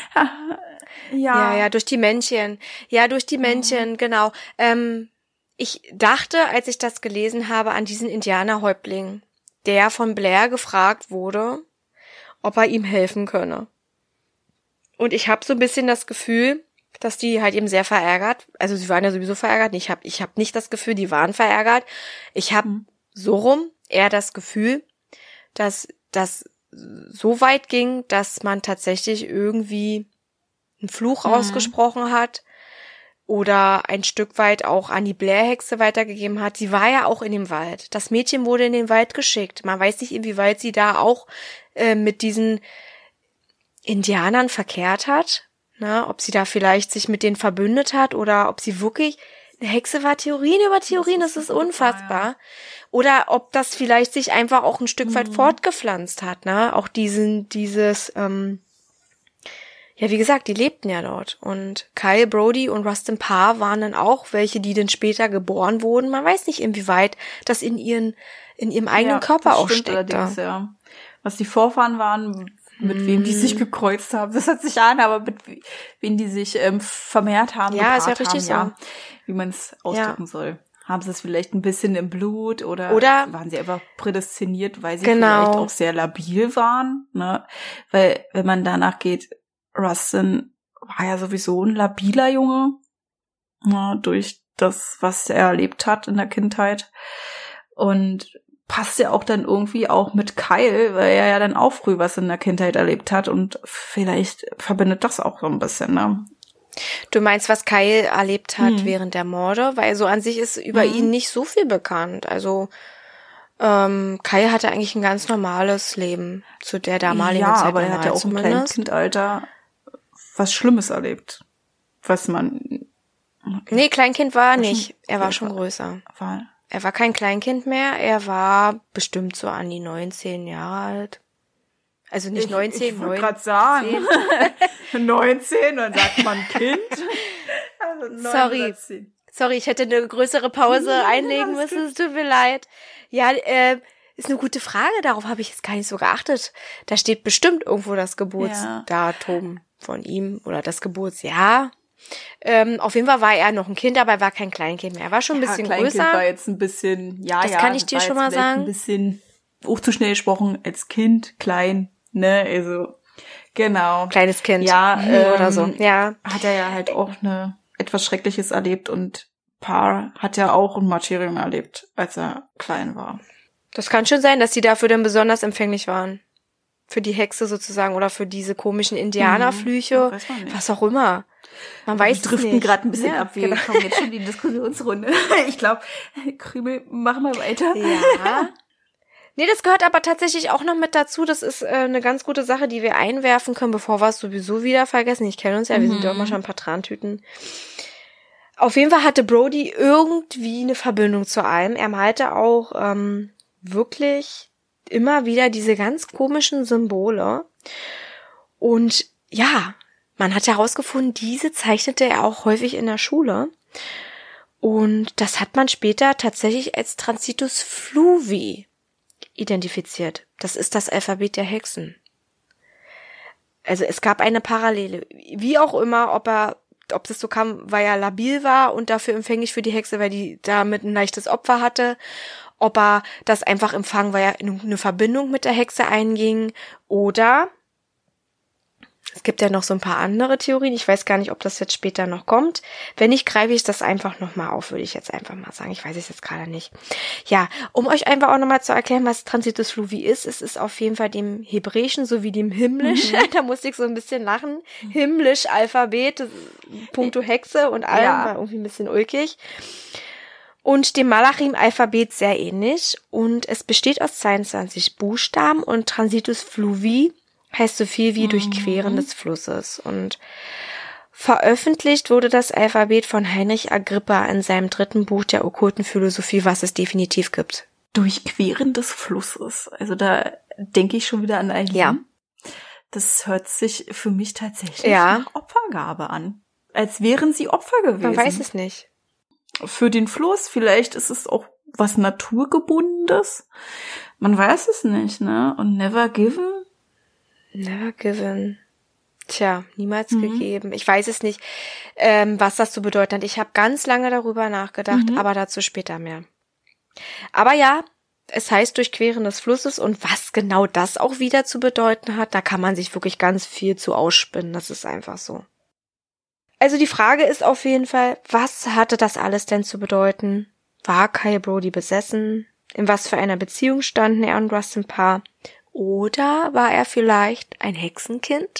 Ja, durch die Männchen. Ja, durch die Männchen, genau. Ich dachte, als ich das gelesen habe, an diesen Indianerhäuptling, der von Blair gefragt wurde, ob er ihm helfen könne. Und ich habe so ein bisschen das Gefühl, dass die halt eben sehr verärgert, also sie waren ja sowieso verärgert, ich hab nicht das Gefühl, die waren verärgert. Ich habe so rum eher das Gefühl, dass das so weit ging, dass man tatsächlich irgendwie einen Fluch ausgesprochen hat oder ein Stück weit auch an die Blair-Hexe weitergegeben hat. Sie war ja auch in dem Wald. Das Mädchen wurde in den Wald geschickt. Man weiß nicht, inwieweit sie da auch mit diesen Indianern verkehrt hat. Na, ob sie da vielleicht sich mit denen verbündet hat oder ob sie wirklich eine Hexe war. Theorien über Theorien, das ist unfassbar. Ja. Oder ob das vielleicht sich einfach auch ein Stück weit fortgepflanzt hat. Ne? Auch ja, wie gesagt, die lebten ja dort. Und Kyle Brody und Rustin Parr waren dann auch welche, die dann später geboren wurden. Man weiß nicht, inwieweit das in ihrem eigenen Körper auch steckt. Ja. Was die Vorfahren waren, mit wem die sich gekreuzt haben, das hört sich an, aber mit wem die sich vermehrt haben, ja, ist ja richtig so. Ja, wie man es ausdrücken soll. Haben sie es vielleicht ein bisschen im Blut oder waren sie einfach prädestiniert, weil sie vielleicht auch sehr labil waren, ne? Weil, wenn man danach geht, Rustin war ja sowieso ein labiler Junge, ne? Durch das, was er erlebt hat in der Kindheit. Und passt ja auch dann irgendwie auch mit Kyle, weil er ja dann auch früh was in der Kindheit erlebt hat und vielleicht verbindet das auch so ein bisschen, ne? Du meinst, was Kyle erlebt hat während der Morde? Weil so an sich ist über ihn nicht so viel bekannt. Also Kyle hatte eigentlich ein ganz normales Leben zu der damaligen Zeit. Ja, aber er hat ja auch im Kleinkindalter was Schlimmes erlebt. Was man... Nee, Kleinkind war er nicht. Er war schon größer. Er war kein Kleinkind mehr. Er war bestimmt so an die 19 Jahre alt. Also nicht 19, ich wollte gerade sagen. 19, dann sagt man Kind. Also Sorry, ich hätte eine größere Pause einlegen müssen. Es tut mir leid. Ja, ist eine gute Frage. Darauf habe ich jetzt gar nicht so geachtet. Da steht bestimmt irgendwo das Geburtsdatum von ihm oder das Geburtsjahr. Auf jeden Fall war er noch ein Kind, aber er war kein Kleinkind mehr. Er war schon ein bisschen Kleinkind größer. War jetzt ein bisschen, das kann ich dir schon mal sagen. Ein bisschen auch zu schnell gesprochen als Kind, klein, ne, also genau. Kleines Kind, oder so. Ja. Hat er ja halt auch etwas Schreckliches erlebt und Parr hat ja auch ein Martyrium erlebt, als er klein war. Das kann schon sein, dass die dafür dann besonders empfänglich waren. Für die Hexe sozusagen oder für diese komischen Indianerflüche, was auch immer. Man weiß es nicht. Wir driften gerade ein bisschen ab. Wir kommen jetzt schon in die Diskussionsrunde. Ich glaube, Krümel, machen wir weiter. Ja. Nee, das gehört aber tatsächlich auch noch mit dazu. Das ist eine ganz gute Sache, die wir einwerfen können, bevor wir es sowieso wieder vergessen. Ich kenne uns ja, wir sind ja auch mal schon ein paar Trantüten. Auf jeden Fall hatte Brody irgendwie eine Verbindung zu allem. Er malte auch wirklich immer wieder diese ganz komischen Symbole. Und ja, man hat herausgefunden, diese zeichnete er auch häufig in der Schule. Und das hat man später tatsächlich als Transitus fluvi identifiziert. Das ist das Alphabet der Hexen. Also es gab eine Parallele. Wie auch immer, ob das so kam, weil er labil war und dafür empfänglich für die Hexe, weil die damit ein leichtes Opfer hatte. Ob er das einfach empfangen, weil er in eine Verbindung mit der Hexe einging. Oder es gibt ja noch so ein paar andere Theorien. Ich weiß gar nicht, ob das jetzt später noch kommt. Wenn nicht, greife ich das einfach nochmal auf, würde ich jetzt einfach mal sagen. Ich weiß es jetzt gerade nicht. Ja, um euch einfach auch nochmal zu erklären, was Transitus fluvi ist. Es ist auf jeden Fall dem Hebräischen sowie dem Himmlisch. Da musste ich so ein bisschen lachen. Himmlisch Alphabet, puncto Hexe und allem, war irgendwie ein bisschen ulkig. Und dem Malachim-Alphabet sehr ähnlich. Und es besteht aus 22 Buchstaben und Transitus fluvi heißt so viel wie Durchqueren des Flusses. Und veröffentlicht wurde das Alphabet von Heinrich Agrippa in seinem 3. Buch der okkulten Philosophie, was es definitiv gibt. Durchqueren des Flusses. Also da denke ich schon wieder an Eileen. Ja. Das hört sich für mich tatsächlich nach Opfergabe an. Als wären sie Opfer gewesen. Man weiß es nicht. Für den Fluss, vielleicht ist es auch was Naturgebundenes. Man weiß es nicht, ne? Und never given? Never given. Tja, niemals gegeben. Ich weiß es nicht, was das zu bedeuten hat. Ich habe ganz lange darüber nachgedacht, aber dazu später mehr. Aber ja, es heißt Durchqueren des Flusses und was genau das auch wieder zu bedeuten hat, da kann man sich wirklich ganz viel zu ausspinnen. Das ist einfach so. Also die Frage ist auf jeden Fall, was hatte das alles denn zu bedeuten? War Kyle Brody besessen? In was für einer Beziehung standen er und Rustin Parr? Oder war er vielleicht ein Hexenkind?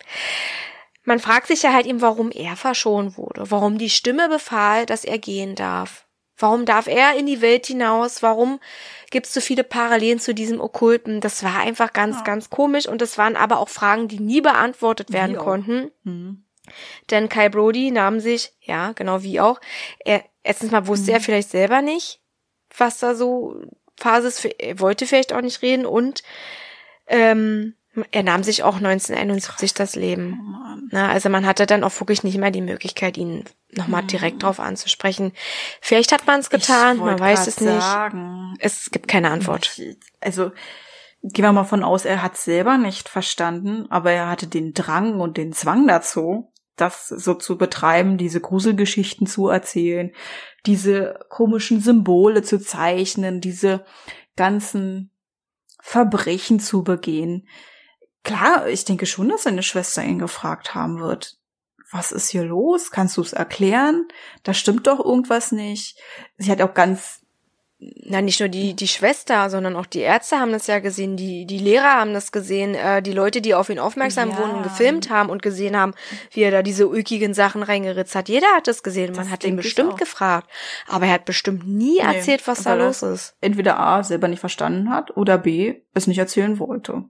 Man fragt sich ja halt eben, warum er verschont wurde, warum die Stimme befahl, dass er gehen darf. Warum darf er in die Welt hinaus? Warum gibt es so viele Parallelen zu diesem Okkulten? Das war einfach ganz, ganz komisch und das waren aber auch Fragen, die nie beantwortet werden konnten. Denn Kyle Brody nahm sich, ja, genau wie auch, erstens mal wusste er vielleicht selber nicht, was da so Phase ist, er wollte vielleicht auch nicht reden und er nahm sich auch 1971 das Leben. Na, also man hatte dann auch wirklich nicht mehr die Möglichkeit, ihn nochmal direkt drauf anzusprechen. Vielleicht hat man es getan, man weiß es nicht. Es gibt keine Antwort. Also gehen wir mal von aus, er hat es selber nicht verstanden, aber er hatte den Drang und den Zwang dazu, das so zu betreiben, diese Gruselgeschichten zu erzählen, diese komischen Symbole zu zeichnen, diese ganzen Verbrechen zu begehen. Klar, ich denke schon, dass seine Schwester ihn gefragt haben wird. Was ist hier los? Kannst du es erklären? Da stimmt doch irgendwas nicht. Sie hat auch nicht nur die Schwester, sondern auch die Ärzte haben das ja gesehen, die Lehrer haben das gesehen, die Leute, die auf ihn aufmerksam wurden und gefilmt haben und gesehen haben, wie er da diese ulkigen Sachen reingeritzt hat. Jeder hat das gesehen, man hat ihn bestimmt gefragt. Aber er hat bestimmt nie erzählt, was da los ist. Entweder A, selber nicht verstanden hat oder B, es nicht erzählen wollte.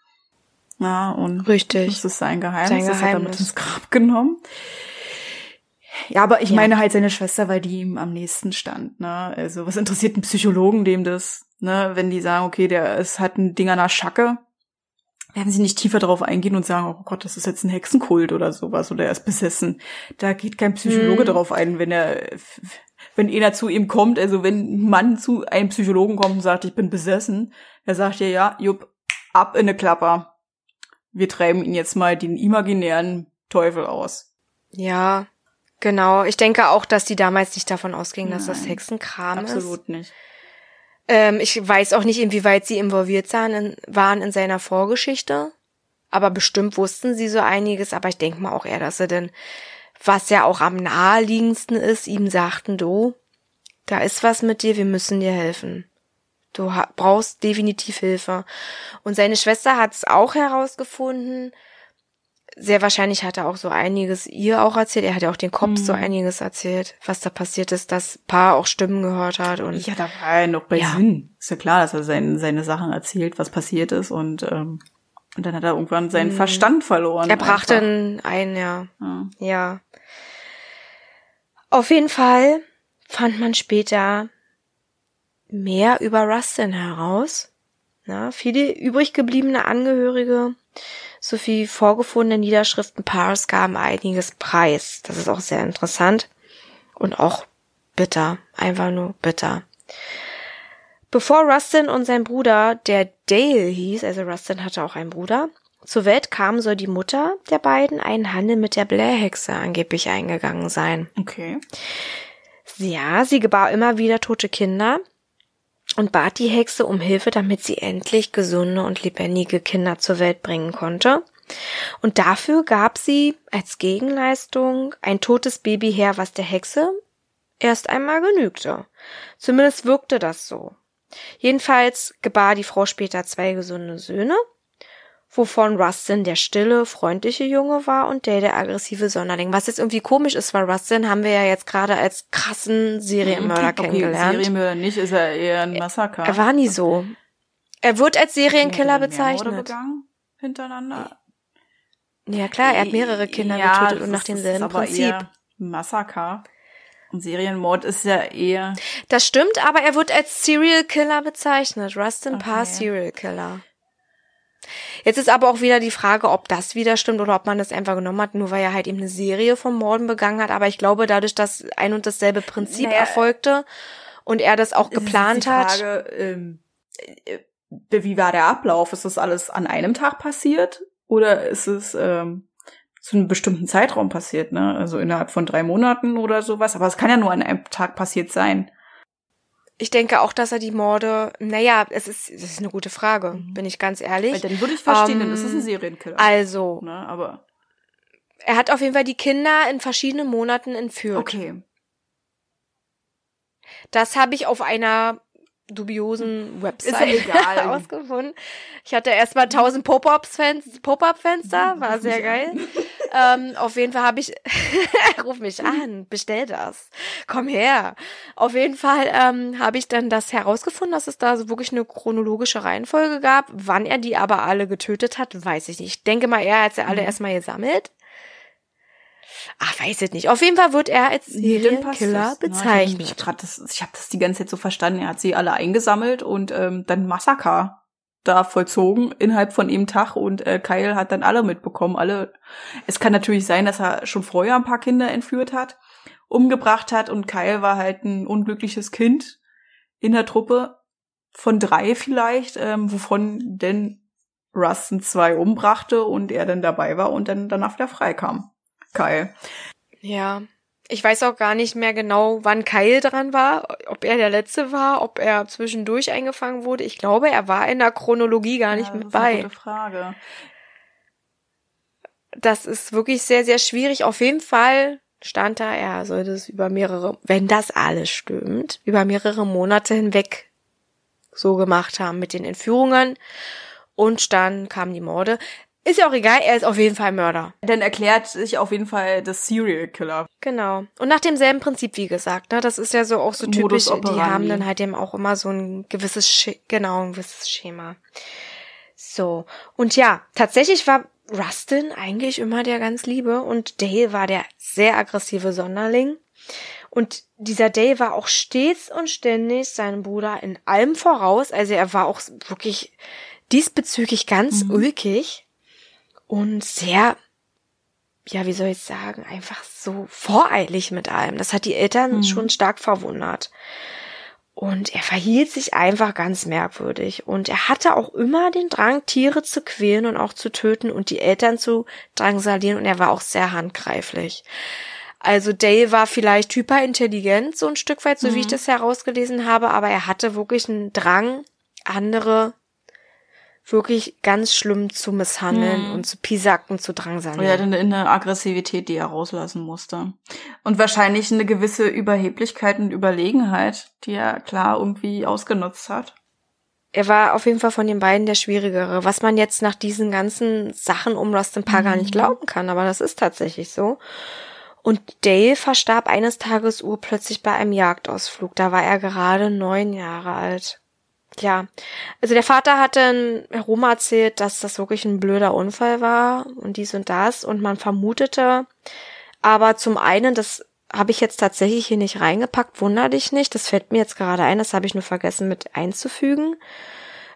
Ja, und richtig. Das ist sein Geheimnis. Das hat er mit ins Grab genommen. Ja, aber ich meine halt seine Schwester, weil die ihm am nächsten stand, ne? Also, was interessiert einen Psychologen dem das, ne? Wenn die sagen, okay, es hat ein Ding an der Schacke, werden sie nicht tiefer darauf eingehen und sagen, oh Gott, das ist jetzt ein Hexenkult oder sowas, oder er ist besessen. Da geht kein Psychologe darauf ein, wenn einer zu ihm kommt, also wenn ein Mann zu einem Psychologen kommt und sagt, ich bin besessen, er sagt ja, jupp, ab in ne Klapper. Wir treiben ihn jetzt mal den imaginären Teufel aus. Ja, genau. Ich denke auch, dass die damals nicht davon ausgingen, dass das Hexenkram ist. Absolut nicht. Ich weiß auch nicht, inwieweit sie involviert waren in seiner Vorgeschichte. Aber bestimmt wussten sie so einiges. Aber ich denke mal auch eher, dass sie denn, was ja auch am naheliegendsten ist, ihm sagten, du, da ist was mit dir, wir müssen dir helfen. Du brauchst definitiv Hilfe. Und seine Schwester hat es auch herausgefunden. Sehr wahrscheinlich hat er auch so einiges ihr auch erzählt. Er hat ja auch den Cops so einiges erzählt, was da passiert ist, dass Paar auch Stimmen gehört hat. Und ja, da war er noch bei Sinn. Ist ja klar, dass er seine Sachen erzählt, was passiert ist. Und dann hat er irgendwann seinen Verstand verloren. Er brachte ihn ein, ja. Auf jeden Fall fand man später mehr über Rustin heraus. Ja, viele übrig gebliebene Angehörige Sowie vorgefundene Niederschriftenpaars gaben einiges preis. Das ist auch sehr interessant und auch bitter, einfach nur bitter. Bevor Rustin und sein Bruder, der Dale hieß, also Rustin hatte auch einen Bruder, zur Welt kam, soll die Mutter der beiden einen Handel mit der Blair-Hexe angeblich eingegangen sein. Okay. Ja, sie gebar immer wieder tote Kinder und bat die Hexe um Hilfe, damit sie endlich gesunde und lebendige Kinder zur Welt bringen konnte. Und dafür gab sie als Gegenleistung ein totes Baby her, was der Hexe erst einmal genügte. Zumindest wirkte das so. Jedenfalls gebar die Frau später 2 gesunde Söhne, wovon Rustin der stille, freundliche Junge war und der aggressive Sonderling. Was jetzt irgendwie komisch ist, weil Rustin haben wir ja jetzt gerade als krassen Serienmörder kennengelernt. Serienmörder nicht, ist er eher ein Massaker. Er war nie so. Er wird als Serienkiller bezeichnet. Begangen hintereinander? Ja klar, er hat mehrere Kinder getötet und nach demselben Prinzip. Eher Massaker. Und Serienmord ist ja eher... Das stimmt, aber er wird als Serial Killer bezeichnet. Rustin Parr Serial Killer. Jetzt ist aber auch wieder die Frage, ob das wieder stimmt oder ob man das einfach genommen hat, nur weil er halt eben eine Serie von Morden begangen hat. Aber ich glaube, dadurch, dass ein und dasselbe Prinzip erfolgte und er das auch geplant hat. Frage, wie war der Ablauf? Ist das alles an einem Tag passiert? Oder ist es zu einem bestimmten Zeitraum passiert, ne? Also innerhalb von 3 Monaten oder sowas. Aber es kann ja nur an einem Tag passiert sein. Ich denke auch, dass er die Morde, das ist eine gute Frage, bin ich ganz ehrlich. Weil dann würde ich verstehen, dann ist es ein Serienkiller. Also, ne, aber er hat auf jeden Fall die Kinder in verschiedenen Monaten entführt. Okay. Das habe ich auf einer dubiosen Website ist ja egal. ausgefunden. Ich hatte erstmal 1000 Pop-Up-Fenster, war sehr geil. Auf jeden Fall habe ich, ruf mich an, bestell das, komm her. Auf jeden Fall habe ich dann das herausgefunden, dass es da so wirklich eine chronologische Reihenfolge gab. Wann er die aber alle getötet hat, weiß ich nicht. Ich denke mal, er hat sie alle erstmal gesammelt. Ach, weiß ich nicht. Auf jeden Fall wird er als Serienkiller bezeichnet. Ich habe das die ganze Zeit so verstanden. Er hat sie alle eingesammelt und dann Massaker da vollzogen innerhalb von einem Tag und Kyle hat dann alle mitbekommen. Es kann natürlich sein, dass er schon vorher ein paar Kinder entführt hat, umgebracht hat und Kyle war halt ein unglückliches Kind in der Truppe von 3 vielleicht, wovon denn Rustin 2 umbrachte und er dann dabei war und dann danach wieder freikam. Kyle. Ja, ich weiß auch gar nicht mehr genau, wann Kyle dran war, ob er der Letzte war, ob er zwischendurch eingefangen wurde. Ich glaube, er war in der Chronologie gar nicht mit bei. Das ist eine gute Frage. Das ist wirklich sehr, sehr schwierig. Auf jeden Fall stand da, er sollte es wenn das alles stimmt, über mehrere Monate hinweg so gemacht haben mit den Entführungen. Und dann kamen die Morde. Ist ja auch egal, er ist auf jeden Fall Mörder. Dann erklärt sich auf jeden Fall das Serial Killer. Genau. Und nach demselben Prinzip, wie gesagt, ne, das ist ja so auch so typisch, die haben dann halt eben auch immer so ein gewisses Schema. So. Und ja, tatsächlich war Rustin eigentlich immer der ganz Liebe und Dale war der sehr aggressive Sonderling. Und dieser Dale war auch stets und ständig seinem Bruder in allem voraus. Also er war auch wirklich diesbezüglich ganz ulkig. Und sehr, wie soll ich sagen, einfach so voreilig mit allem. Das hat die Eltern schon stark verwundert. Und er verhielt sich einfach ganz merkwürdig. Und er hatte auch immer den Drang, Tiere zu quälen und auch zu töten und die Eltern zu drangsalieren. Und er war auch sehr handgreiflich. Also Dale war vielleicht hyperintelligent, so ein Stück weit, so wie ich das herausgelesen habe. Aber er hatte wirklich einen Drang, andere wirklich ganz schlimm zu misshandeln und zu piesacken, zu drangsalieren. Ja, eine Aggressivität, die er rauslassen musste. Und wahrscheinlich eine gewisse Überheblichkeit und Überlegenheit, die er klar irgendwie ausgenutzt hat. Er war auf jeden Fall von den beiden der Schwierigere, was man jetzt nach diesen ganzen Sachen um Rustin Parr gar nicht glauben kann, aber das ist tatsächlich so. Und Dale verstarb eines Tages urplötzlich bei einem Jagdausflug. Da war er gerade 9 Jahre alt. Ja, also der Vater hatte herum erzählt, dass das wirklich ein blöder Unfall war und dies und das und man vermutete, aber zum einen, das habe ich jetzt tatsächlich hier nicht reingepackt, wunder dich nicht, das fällt mir jetzt gerade ein, das habe ich nur vergessen mit einzufügen,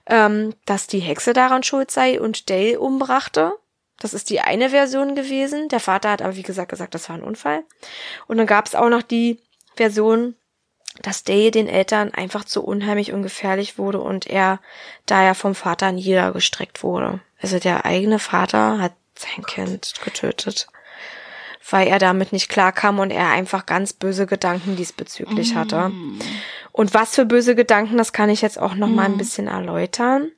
dass die Hexe daran schuld sei und Dale umbrachte. Das ist die eine Version gewesen. Der Vater hat aber, wie gesagt, das war ein Unfall. Und dann gab es auch noch die Version, dass Dale den Eltern einfach zu unheimlich und gefährlich wurde und er daher vom Vater niedergestreckt wurde. Also der eigene Vater hat sein Kind getötet, weil er damit nicht klarkam und er einfach ganz böse Gedanken diesbezüglich hatte. Und was für böse Gedanken, das kann ich jetzt auch noch mal ein bisschen erläutern.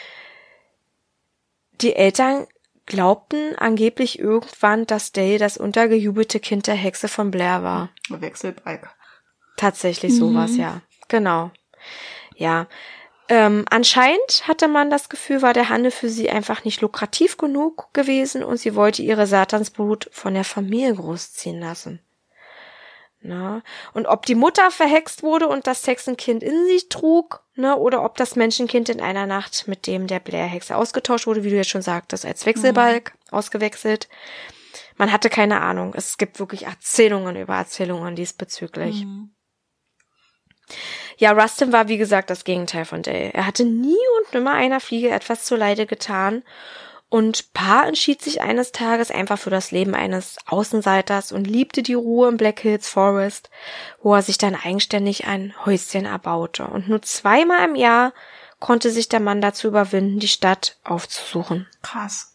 Die Eltern glaubten angeblich irgendwann, dass Dale das untergejubelte Kind der Hexe von Blair war. Wechselbalg. Tatsächlich sowas, ja. Genau. Ja. Anscheinend hatte man das Gefühl, war der Handel für sie einfach nicht lukrativ genug gewesen und sie wollte ihre Satansbrut von der Familie großziehen lassen. Na? Und ob die Mutter verhext wurde und das Hexenkind in sich trug, ne, oder ob das Menschenkind in einer Nacht mit dem der Blair-Hexe ausgetauscht wurde, wie du jetzt schon sagtest, als Wechselbalg ausgewechselt. Man hatte keine Ahnung. Es gibt wirklich Erzählungen über Erzählungen diesbezüglich. Ja, Rustin war, wie gesagt, das Gegenteil von Dale. Er hatte nie und nimmer einer Fliege etwas zuleide getan und Parr entschied sich eines Tages einfach für das Leben eines Außenseiters und liebte die Ruhe im Black Hills Forest, wo er sich dann eigenständig ein Häuschen erbaute. Und nur 2-mal im Jahr konnte sich der Mann dazu überwinden, die Stadt aufzusuchen. Krass.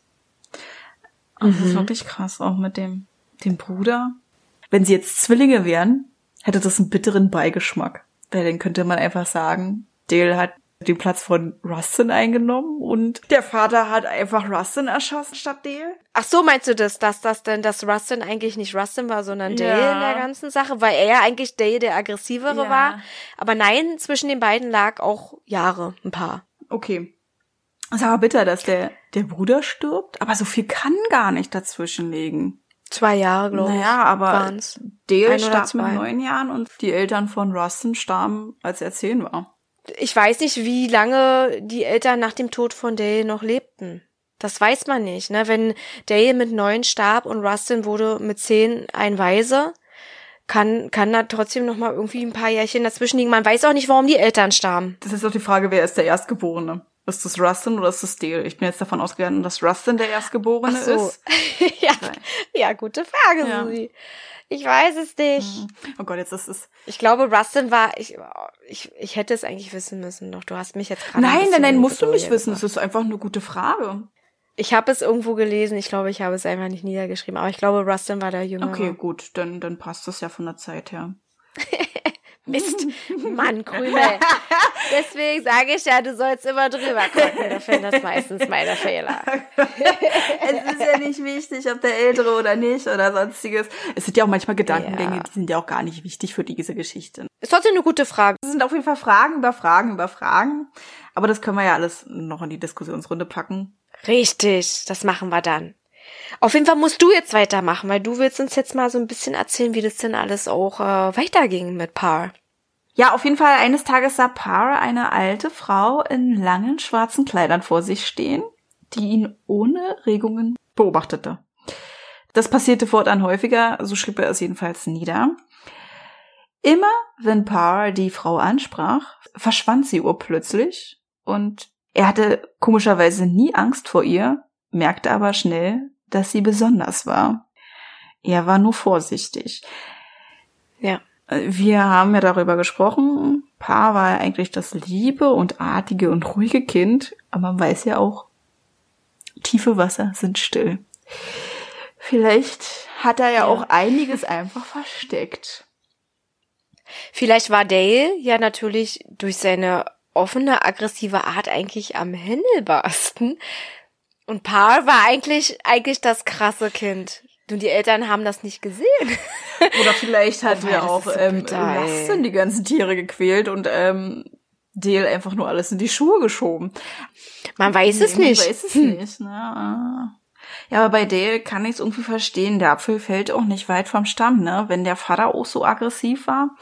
Das ist wirklich krass, auch mit dem Bruder. Wenn sie jetzt Zwillinge wären, hätte das einen bitteren Beigeschmack. Weil dann könnte man einfach sagen, Dale hat den Platz von Rustin eingenommen und der Vater hat einfach Rustin erschossen statt Dale. Ach so, meinst du dass Rustin eigentlich nicht Rustin war, sondern Dale in der ganzen Sache? Weil er ja eigentlich Dale der Aggressivere war. Aber nein, zwischen den beiden lag auch Jahre, ein paar. Okay. Es ist aber bitter, dass der Bruder stirbt, aber so viel kann gar nicht dazwischen liegen. 2 Jahre, glaube ich. Naja, aber waren's. Dale starb mit 9 Jahren und die Eltern von Rustin starben, als er 10 war. Ich weiß nicht, wie lange die Eltern nach dem Tod von Dale noch lebten. Das weiß man nicht, ne? Wenn Dale mit 9 starb und Rustin wurde mit 10 ein Waise, kann da trotzdem noch mal irgendwie ein paar Jährchen dazwischen liegen. Man weiß auch nicht, warum die Eltern starben. Das ist doch die Frage, wer ist der Erstgeborene? Ist das Rustin oder ist das Dale? Ich bin jetzt davon ausgegangen, dass Rustin der Erstgeborene ist. ja, gute Frage, Susi. Ich weiß es nicht. Oh Gott, jetzt ist es... Ich glaube, Rustin war... Ich hätte es eigentlich wissen müssen, doch du hast mich jetzt gerade... Nein, musst du nicht wissen. Es ist einfach eine gute Frage. Ich habe es irgendwo gelesen. Ich glaube, ich habe es einfach nicht niedergeschrieben. Aber ich glaube, Rustin war der Jüngere. Okay, gut. Dann passt das ja von der Zeit her. Mist, Mann, Krümel. Deswegen sage ich ja, du sollst immer drüber gucken. Da finde das meistens meine Fehler. Es ist ja nicht wichtig, ob der Ältere oder nicht oder sonstiges. Es sind ja auch manchmal Gedankengänge, die sind ja auch gar nicht wichtig für diese Geschichte. Ist trotzdem eine gute Frage. Es sind auf jeden Fall Fragen über Fragen über Fragen. Aber das können wir ja alles noch in die Diskussionsrunde packen. Richtig, das machen wir dann. Auf jeden Fall musst du jetzt weitermachen, weil du willst uns jetzt mal so ein bisschen erzählen, wie das denn alles auch weiterging mit Parr. Ja, auf jeden Fall eines Tages sah Parr eine alte Frau in langen schwarzen Kleidern vor sich stehen, die ihn ohne Regungen beobachtete. Das passierte fortan häufiger, so schrieb er es jedenfalls nieder. Immer wenn Parr die Frau ansprach, verschwand sie urplötzlich und er hatte komischerweise nie Angst vor ihr, merkte aber schnell, dass sie besonders war. Er war nur vorsichtig. Ja. Wir haben ja darüber gesprochen. Parr war eigentlich das liebe und artige und ruhige Kind, aber man weiß ja auch, tiefe Wasser sind still. Vielleicht hat er ja auch einiges einfach versteckt. Vielleicht war Dale ja natürlich durch seine offene, aggressive Art eigentlich am händelbarsten. Und Parr war eigentlich das krasse Kind. Und die Eltern haben das nicht gesehen. Oder vielleicht hat er auch Rustin die ganzen Tiere gequält und Dale einfach nur alles in die Schuhe geschoben. Man weiß es nicht. Man weiß es nicht, ne? Ja, aber bei Dale kann ich es irgendwie verstehen. Der Apfel fällt auch nicht weit vom Stamm, ne? Wenn der Vater auch so aggressiv war.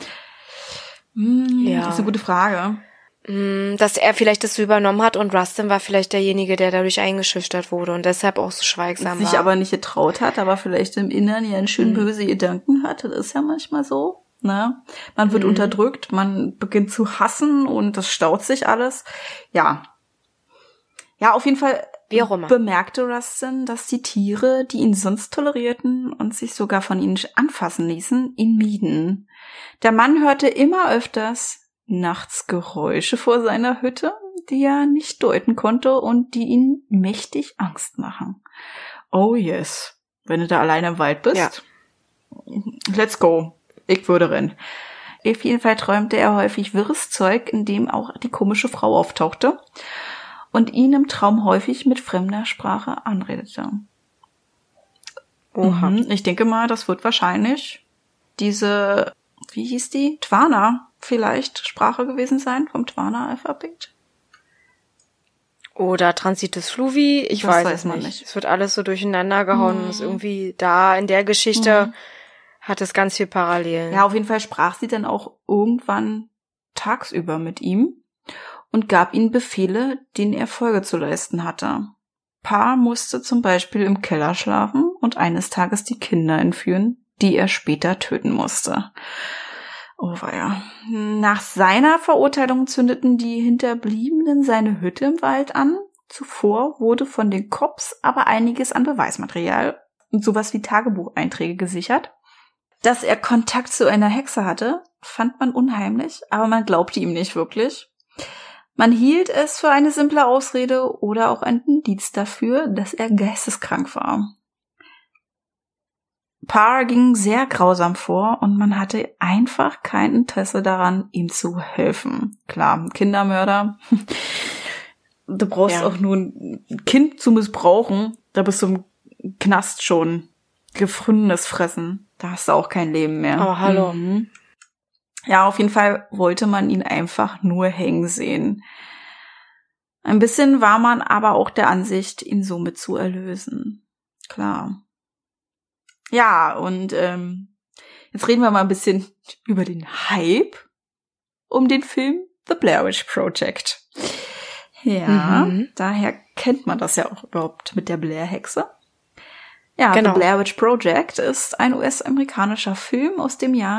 Das ist eine gute Frage. Dass er vielleicht das so übernommen hat und Rustin war vielleicht derjenige, der dadurch eingeschüchtert wurde und deshalb auch so schweigsam war. Sich aber nicht getraut hat, aber vielleicht im Inneren ja schön böse Gedanken hatte. Das ist ja manchmal so, ne? Man wird unterdrückt, man beginnt zu hassen und das staut sich alles. Ja, Ja, auf jeden Fall Wie auch immer. bemerkte Rustin, dass die Tiere, die ihn sonst tolerierten und sich sogar von ihnen anfassen ließen, ihn mieden. Der Mann hörte immer öfters nachts Geräusche vor seiner Hütte, die er nicht deuten konnte und die ihn mächtig Angst machen. Oh yes, wenn du da alleine im Wald bist, Ja. Let's go. Ich würde rennen. Auf jeden Fall träumte er häufig wirres Zeug, in dem auch die komische Frau auftauchte und ihn im Traum häufig mit fremder Sprache anredete. Oha. Ich denke mal, das wird wahrscheinlich diese, wie hieß die? Twana vielleicht Sprache gewesen sein, vom Twana-Alphabet. Oder Transitus Fluvi, ich Das weiß weiß es man nicht. nicht. Es wird alles so durcheinander gehauen und ist irgendwie da in der Geschichte hat es ganz viel Parallelen. Ja, auf jeden Fall sprach sie dann auch irgendwann tagsüber mit ihm und gab ihm Befehle, denen er Folge zu leisten hatte. Paar musste zum Beispiel im Keller schlafen und eines Tages die Kinder entführen, die er später töten musste. Oh weia. Nach seiner Verurteilung zündeten die Hinterbliebenen seine Hütte im Wald an. Zuvor wurde von den Cops aber einiges an Beweismaterial und sowas wie Tagebucheinträge gesichert. Dass er Kontakt zu einer Hexe hatte, fand man unheimlich, aber man glaubte ihm nicht wirklich. Man hielt es für eine simple Ausrede oder auch ein Indiz dafür, dass er geisteskrank war. Parr ging sehr grausam vor und man hatte einfach kein Interesse daran, ihm zu helfen. Klar, Kindermörder. Du brauchst auch nur ein Kind zu missbrauchen, da bist du im Knast schon. Gefundenes Fressen. Da hast du auch kein Leben mehr. Oh, hallo. Ja, auf jeden Fall wollte man ihn einfach nur hängen sehen. Ein bisschen war man aber auch der Ansicht, ihn somit zu erlösen. Klar. Ja, und jetzt reden wir mal ein bisschen über den Hype um den Film The Blair Witch Project. Ja, daher kennt man das ja auch überhaupt mit der Blair-Hexe. Ja, genau. The Blair Witch Project ist ein US-amerikanischer Film aus dem Jahr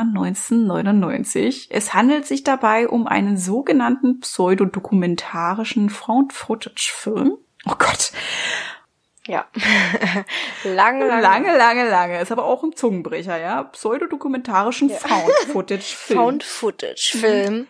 1999. Es handelt sich dabei um einen sogenannten pseudodokumentarischen Found-Footage-Film. Oh Gott. Ja. lange. Ist aber auch ein Zungenbrecher, ja. Pseudodokumentarischen Found-Footage-Film. Found-Footage-Film.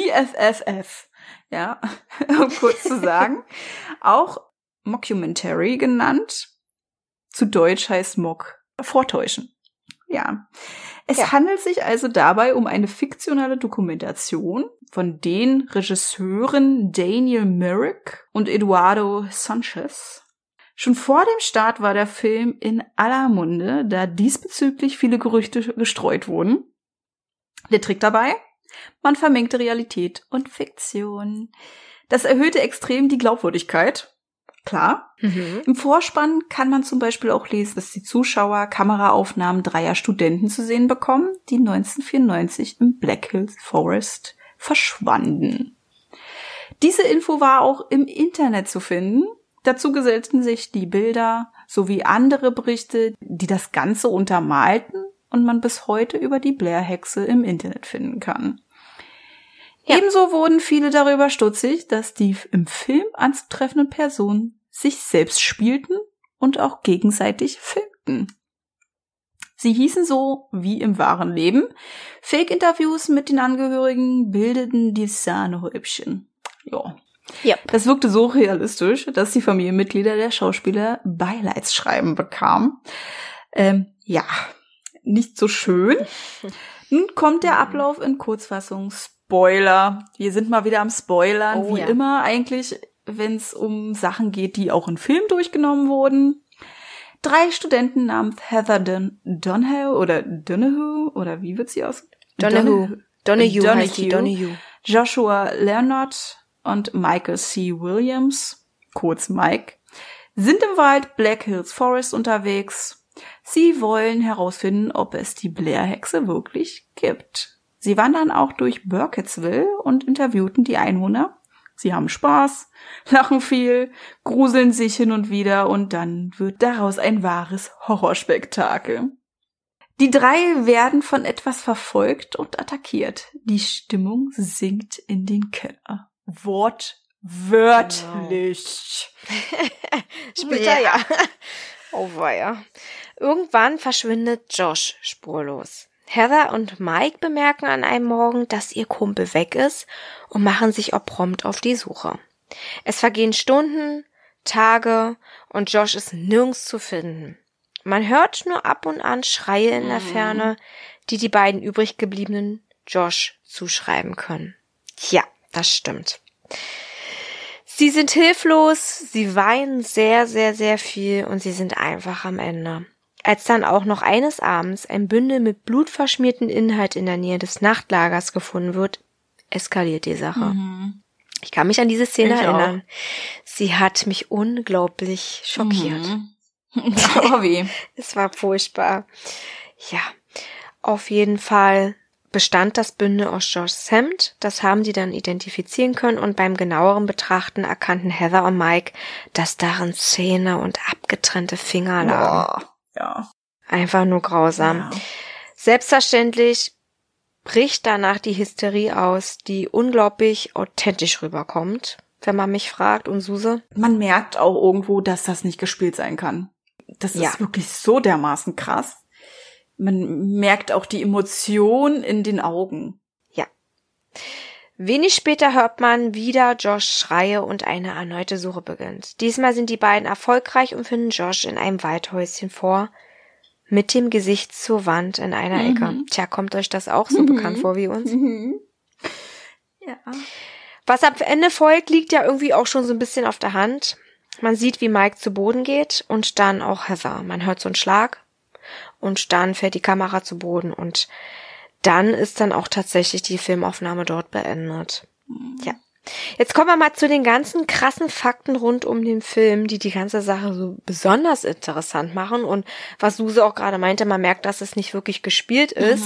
PFFF. Ja, um kurz zu sagen. Auch Mockumentary genannt. Zu Deutsch heißt Mock. Vortäuschen. Ja. Es handelt sich also dabei um eine fiktionale Dokumentation von den Regisseuren Daniel Myrick und Eduardo Sanchez. Schon vor dem Start war der Film in aller Munde, da diesbezüglich viele Gerüchte gestreut wurden. Der Trick dabei? Man vermengte Realität und Fiktion. Das erhöhte extrem die Glaubwürdigkeit. Klar. Im Vorspann kann man zum Beispiel auch lesen, dass die Zuschauer Kameraaufnahmen 3 Studenten zu sehen bekommen, die 1994 im Black Hills Forest verschwanden. Diese Info war auch im Internet zu finden. Dazu gesellten sich die Bilder sowie andere Berichte, die das Ganze untermalten und man bis heute über die Blair-Hexe im Internet finden kann. Ja. Ebenso wurden viele darüber stutzig, dass die im Film anzutreffenden Personen sich selbst spielten und auch gegenseitig filmten. Sie hießen so wie im wahren Leben. Fake-Interviews mit den Angehörigen bildeten die Sahnehäubchen. Ja. Yep. Das wirkte so realistisch, dass die Familienmitglieder der Schauspieler Beileidsschreiben bekamen. Ja, nicht so schön. Nun kommt der Ablauf in Kurzfassung. Spoiler. Wir sind mal wieder am Spoilern, wie immer eigentlich, wenn es um Sachen geht, die auch in Film durchgenommen wurden. 3 Studenten namens Heather Donahue oder wie wird sie aus? Donahue heißt die, Donahue. Joshua Leonard und Michael C. Williams, kurz Mike, sind im Wald Black Hills Forest unterwegs. Sie wollen herausfinden, ob es die Blair-Hexe wirklich gibt. Sie wandern auch durch Burkittsville und interviewten die Einwohner. Sie haben Spaß, lachen viel, gruseln sich hin und wieder und dann wird daraus ein wahres Horrorspektakel. Die 3 werden von etwas verfolgt und attackiert. Die Stimmung sinkt in den Keller. Wörtlich. Später, ja. Oh weia. Irgendwann verschwindet Josh spurlos. Heather und Mike bemerken an einem Morgen, dass ihr Kumpel weg ist und machen sich auch prompt auf die Suche. Es vergehen Stunden, Tage und Josh ist nirgends zu finden. Man hört nur ab und an Schreie in der Ferne, die die beiden übrig gebliebenen Josh zuschreiben können. Ja, das stimmt. Sie sind hilflos, sie weinen sehr, sehr, sehr viel und sie sind einfach am Ende. Als dann auch noch eines Abends ein Bündel mit blutverschmierten Inhalt in der Nähe des Nachtlagers gefunden wird, eskaliert die Sache. Ich kann mich an diese Szene erinnern. Sie hat mich unglaublich schockiert. Oh, wie. Es war furchtbar. Ja, auf jeden Fall bestand das Bündel aus Joshs Hemd. Das haben die dann identifizieren können und beim genaueren Betrachten erkannten Heather und Mike, dass darin Zähne und abgetrennte Finger lagen. Ja. Einfach nur grausam. Ja. Selbstverständlich bricht danach die Hysterie aus, die unglaublich authentisch rüberkommt, wenn man mich fragt. Und Suse? Man merkt auch irgendwo, dass das nicht gespielt sein kann. Das ist wirklich so dermaßen krass. Man merkt auch die Emotion in den Augen. Ja. Wenig später hört man wieder Josh Schreie und eine erneute Suche beginnt. Diesmal sind die beiden erfolgreich und finden Josh in einem Waldhäuschen vor, mit dem Gesicht zur Wand in einer Ecke. Tja, kommt euch das auch so bekannt vor wie uns? Ja. Was am Ende folgt, liegt ja irgendwie auch schon so ein bisschen auf der Hand. Man sieht, wie Mike zu Boden geht und dann auch Heather. Man hört so einen Schlag und dann fällt die Kamera zu Boden und dann ist dann auch tatsächlich die Filmaufnahme dort beendet. Ja. Jetzt kommen wir mal zu den ganzen krassen Fakten rund um den Film, die die ganze Sache so besonders interessant machen. Und was Suse auch gerade meinte, man merkt, dass es nicht wirklich gespielt ist.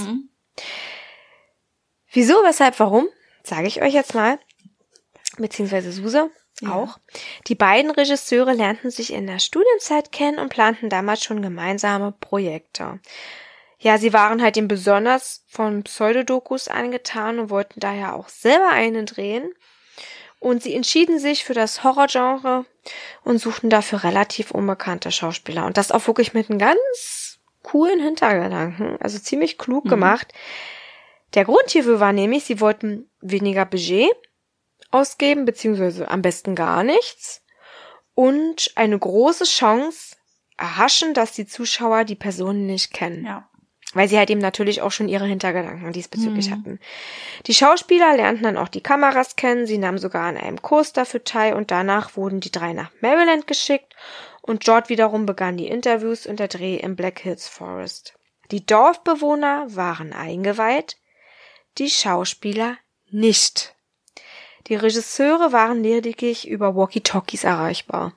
Wieso, weshalb, warum? Sage ich euch jetzt mal. Beziehungsweise Suse auch. Die beiden Regisseure lernten sich in der Studienzeit kennen und planten damals schon gemeinsame Projekte. Ja, sie waren halt dem besonders von Pseudodokus angetan und wollten daher auch selber eine drehen. Und sie entschieden sich für das Horrorgenre und suchten dafür relativ unbekannte Schauspieler. Und das auch wirklich mit einem ganz coolen Hintergedanken. Also ziemlich klug gemacht. Der Grund hierfür war nämlich, sie wollten weniger Budget ausgeben, beziehungsweise am besten gar nichts. Und eine große Chance erhaschen, dass die Zuschauer die Personen nicht kennen. Ja. Weil sie halt eben natürlich auch schon ihre Hintergedanken diesbezüglich hatten. Die Schauspieler lernten dann auch die Kameras kennen, sie nahmen sogar an einem Kurs dafür teil und danach wurden die drei nach Maryland geschickt und dort wiederum begannen die Interviews und der Dreh im Black Hills Forest. Die Dorfbewohner waren eingeweiht, die Schauspieler nicht. Die Regisseure waren lediglich über Walkie-Talkies erreichbar.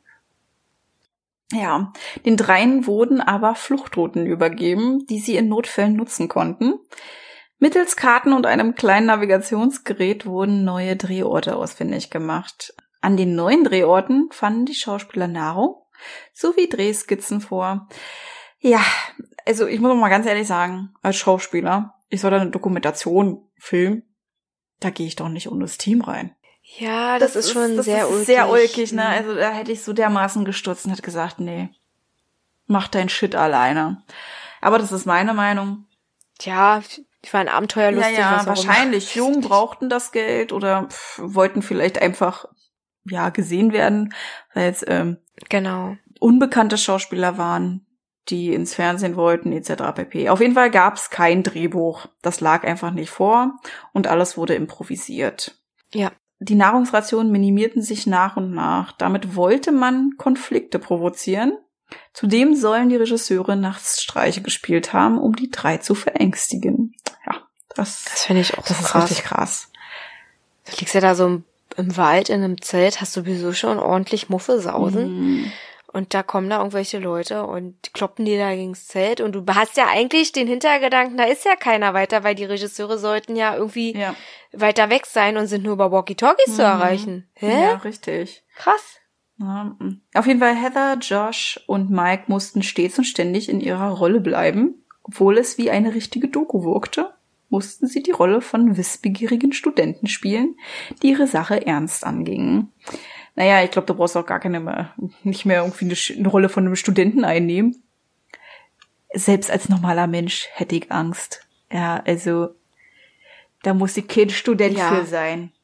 Ja, den dreien wurden aber Fluchtrouten übergeben, die sie in Notfällen nutzen konnten. Mittels Karten und einem kleinen Navigationsgerät wurden neue Drehorte ausfindig gemacht. An den neuen Drehorten fanden die Schauspieler Nahrung sowie Drehskizzen vor. Ja, also ich muss mal ganz ehrlich sagen, als Schauspieler, ich soll da eine Dokumentation filmen, da gehe ich doch nicht ohne das Team rein. Ja, das ist schon sehr ulkig. Sehr ulkig, ne? Also da hätte ich so dermaßen gestutzt und hätte gesagt, nee, mach dein Shit alleine. Aber das ist meine Meinung. Tja, die waren abenteuerlustig. Ja, wahrscheinlich. Jungen brauchten das Geld oder wollten vielleicht einfach, ja, gesehen werden, weil es genau unbekannte Schauspieler waren, die ins Fernsehen wollten, etc. pp. Auf jeden Fall gab es kein Drehbuch. Das lag einfach nicht vor und alles wurde improvisiert. Ja. Die Nahrungsrationen minimierten sich nach und nach. Damit wollte man Konflikte provozieren. Zudem sollen die Regisseure nachts Streiche gespielt haben, um die drei zu verängstigen. Ja, das finde ich auch so krass. Das ist richtig krass. Du liegst ja da so im Wald in einem Zelt, hast sowieso schon ordentlich Muffesausen. Und da kommen da irgendwelche Leute und kloppen dir da gegens Zelt. Und du hast ja eigentlich den Hintergedanken, da ist ja keiner weiter, weil die Regisseure sollten ja irgendwie weiter weg sein und sind nur über Walkie-Talkies zu erreichen. Hä? Ja, richtig. Krass. Ja. Auf jeden Fall Heather, Josh und Mike mussten stets und ständig in ihrer Rolle bleiben, obwohl es wie eine richtige Doku wirkte. mussten sie die Rolle von wissbegierigen Studenten spielen, die ihre Sache ernst angingen. Naja, ich glaube, du brauchst auch gar nicht mehr irgendwie eine Rolle von einem Studenten einnehmen. Selbst als normaler Mensch hätte ich Angst. Ja, also, da muss ich kein Student für sein.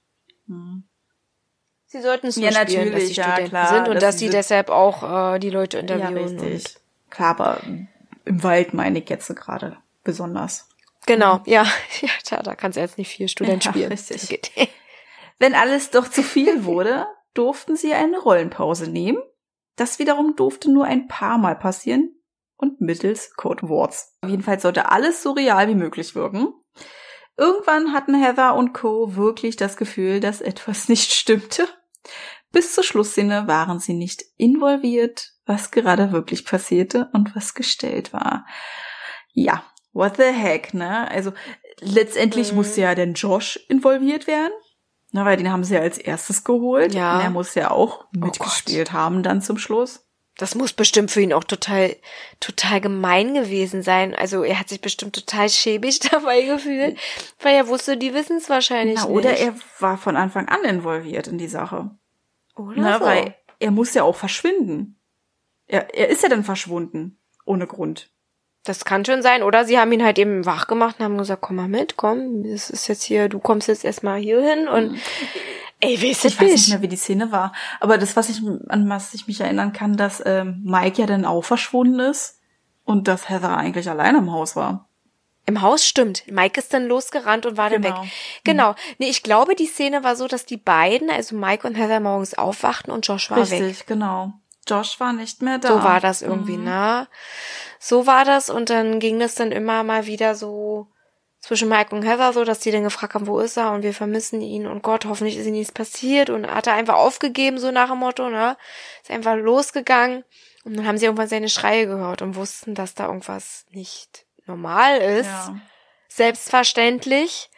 Sie sollten es nur spielen, dass sie Studenten klar, sind und dass sie deshalb auch die Leute interviewen. Ja, richtig. Klar, aber im Wald meine ich jetzt gerade besonders. Genau, ja, da kannst du jetzt nicht viel Student spielen. Richtig. Wenn alles doch zu viel wurde, durften sie eine Rollenpause nehmen. Das wiederum durfte nur ein paar Mal passieren und mittels Codewords. Jedenfalls sollte alles so real wie möglich wirken. Irgendwann hatten Heather und Co. wirklich das Gefühl, dass etwas nicht stimmte. Bis zur Schlussszene waren sie nicht involviert, was gerade wirklich passierte und was gestellt war. Ja, what the heck, ne? Also letztendlich musste ja dann Josh involviert werden. Na, weil den haben sie ja als erstes geholt. Ja. Und er muss ja auch mitgespielt haben dann zum Schluss. Das muss bestimmt für ihn auch total gemein gewesen sein. Also er hat sich bestimmt total schäbig dabei gefühlt, weil er wusste, die wissen es wahrscheinlich nicht. Oder er war von Anfang an involviert in die Sache. Oder so. Weil er muss ja auch verschwinden. Er ist ja dann verschwunden. Ohne Grund. Das kann schon sein. Oder sie haben ihn halt eben wach gemacht und haben gesagt, komm mal mit, komm, das ist jetzt hier, du kommst jetzt erstmal hier hin und ich weiß nicht mehr, wie die Szene war. Aber das, an was ich mich erinnern kann, dass Mike ja dann auch verschwunden ist und dass Heather eigentlich allein im Haus war. Im Haus stimmt. Mike ist dann losgerannt und war dann weg. Genau. Nee, ich glaube, die Szene war so, dass die beiden, also Mike und Heather, morgens aufwachten und Josh war weg. Richtig, genau. Josh war nicht mehr da. So war das irgendwie, ne? So war das und dann ging das dann immer mal wieder so zwischen Mike und Heather so, dass die dann gefragt haben, wo ist er und wir vermissen ihn und Gott, hoffentlich ist ihm nichts passiert und hat er einfach aufgegeben, so nach dem Motto, ne? Ist einfach losgegangen und dann haben sie irgendwann seine Schreie gehört und wussten, dass da irgendwas nicht normal ist. Ja. Selbstverständlich.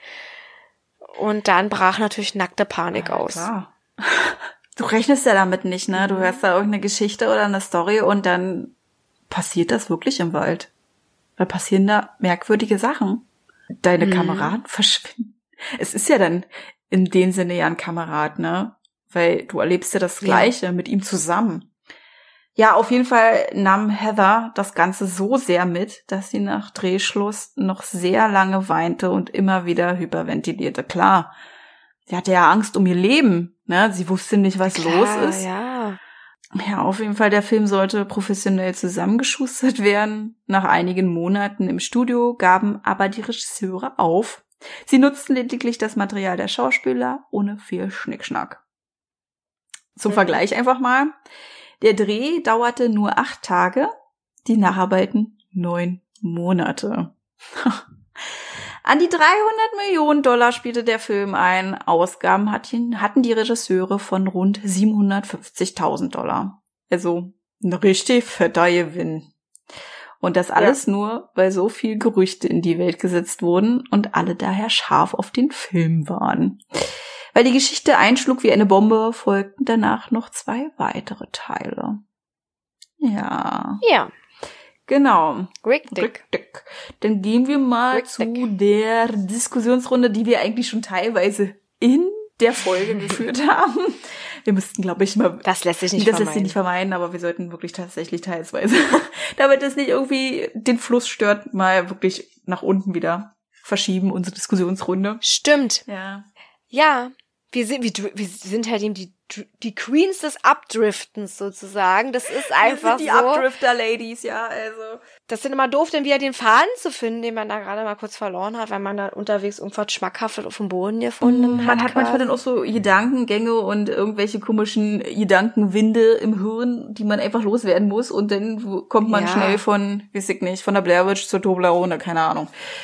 Und dann brach natürlich nackte Panik aus. Klar. Du rechnest ja damit nicht, ne? Du hörst da irgendeine Geschichte oder eine Story und dann passiert das wirklich im Wald. Da passieren da merkwürdige Sachen. Deine Kameraden verschwinden. Es ist ja dann in dem Sinne ja ein Kamerad, ne? Weil du erlebst ja das Gleiche mit ihm zusammen. Ja, auf jeden Fall nahm Heather das Ganze so sehr mit, dass sie nach Drehschluss noch sehr lange weinte und immer wieder hyperventilierte. Klar, sie hatte ja Angst um ihr Leben, ne? Sie wusste nicht, was los ist. Ja, auf jeden Fall, der Film sollte professionell zusammengeschustert werden. Nach einigen Monaten im Studio gaben aber die Regisseure auf. Sie nutzten lediglich das Material der Schauspieler ohne viel Schnickschnack. Zum Vergleich einfach mal. Der Dreh dauerte nur 8 Tage, die Nacharbeiten 9 Monate. An die $300 Millionen spielte der Film ein. Ausgaben hatten die Regisseure von rund $750.000. Also ein richtig fetter Gewinn. Und das alles nur, weil so viel Gerüchte in die Welt gesetzt wurden und alle daher scharf auf den Film waren. Weil die Geschichte einschlug wie eine Bombe, folgten danach noch 2 weitere Teile. Ja. Genau. Richtig. Dann gehen wir mal zu der Diskussionsrunde, die wir eigentlich schon teilweise in der Folge geführt haben. Wir müssten, glaube ich, mal... Das lässt sich nicht vermeiden, aber wir sollten wirklich tatsächlich teilweise, damit es nicht irgendwie den Fluss stört, mal wirklich nach unten wieder verschieben, unsere Diskussionsrunde. Stimmt. Ja. Wir sind halt eben die Queens des Abdriftens sozusagen. Das ist einfach so. Die Abdrifter-Ladies, ja, also. Das sind immer doof, dann wieder den Faden zu finden, den man da gerade mal kurz verloren hat, weil man da unterwegs irgendwas Schmackhaftes auf dem Boden gefunden hat. Man hat manchmal dann auch so Gedankengänge und irgendwelche komischen Gedankenwinde im Hirn, die man einfach loswerden muss und dann kommt man schnell von, weiß ich nicht, von der Blair Witch zur Toblerone, keine Ahnung.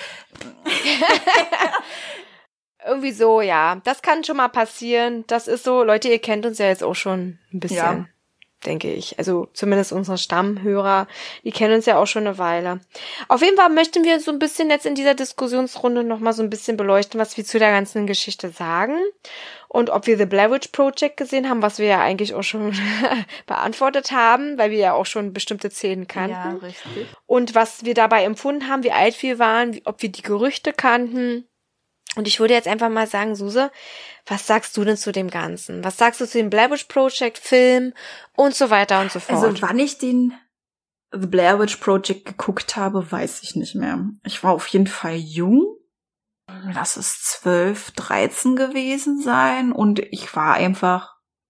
Irgendwie so, ja. Das kann schon mal passieren. Das ist so, Leute, ihr kennt uns ja jetzt auch schon ein bisschen, denke ich. Also zumindest unsere Stammhörer, die kennen uns ja auch schon eine Weile. Auf jeden Fall möchten wir so ein bisschen jetzt in dieser Diskussionsrunde nochmal so ein bisschen beleuchten, was wir zu der ganzen Geschichte sagen. Und ob wir The Blair Witch Project gesehen haben, was wir ja eigentlich auch schon beantwortet haben, weil wir ja auch schon bestimmte Szenen kannten. Ja, richtig. Und was wir dabei empfunden haben, wie alt wir waren, ob wir die Gerüchte kannten. Und ich würde jetzt einfach mal sagen, Suse, was sagst du denn zu dem Ganzen? Was sagst du zu dem Blair Witch Project Film und so weiter und so fort? Also wann ich den The Blair Witch Project geguckt habe, weiß ich nicht mehr. Ich war auf jeden Fall jung. Lass es 12, 13 gewesen sein. Und ich war einfach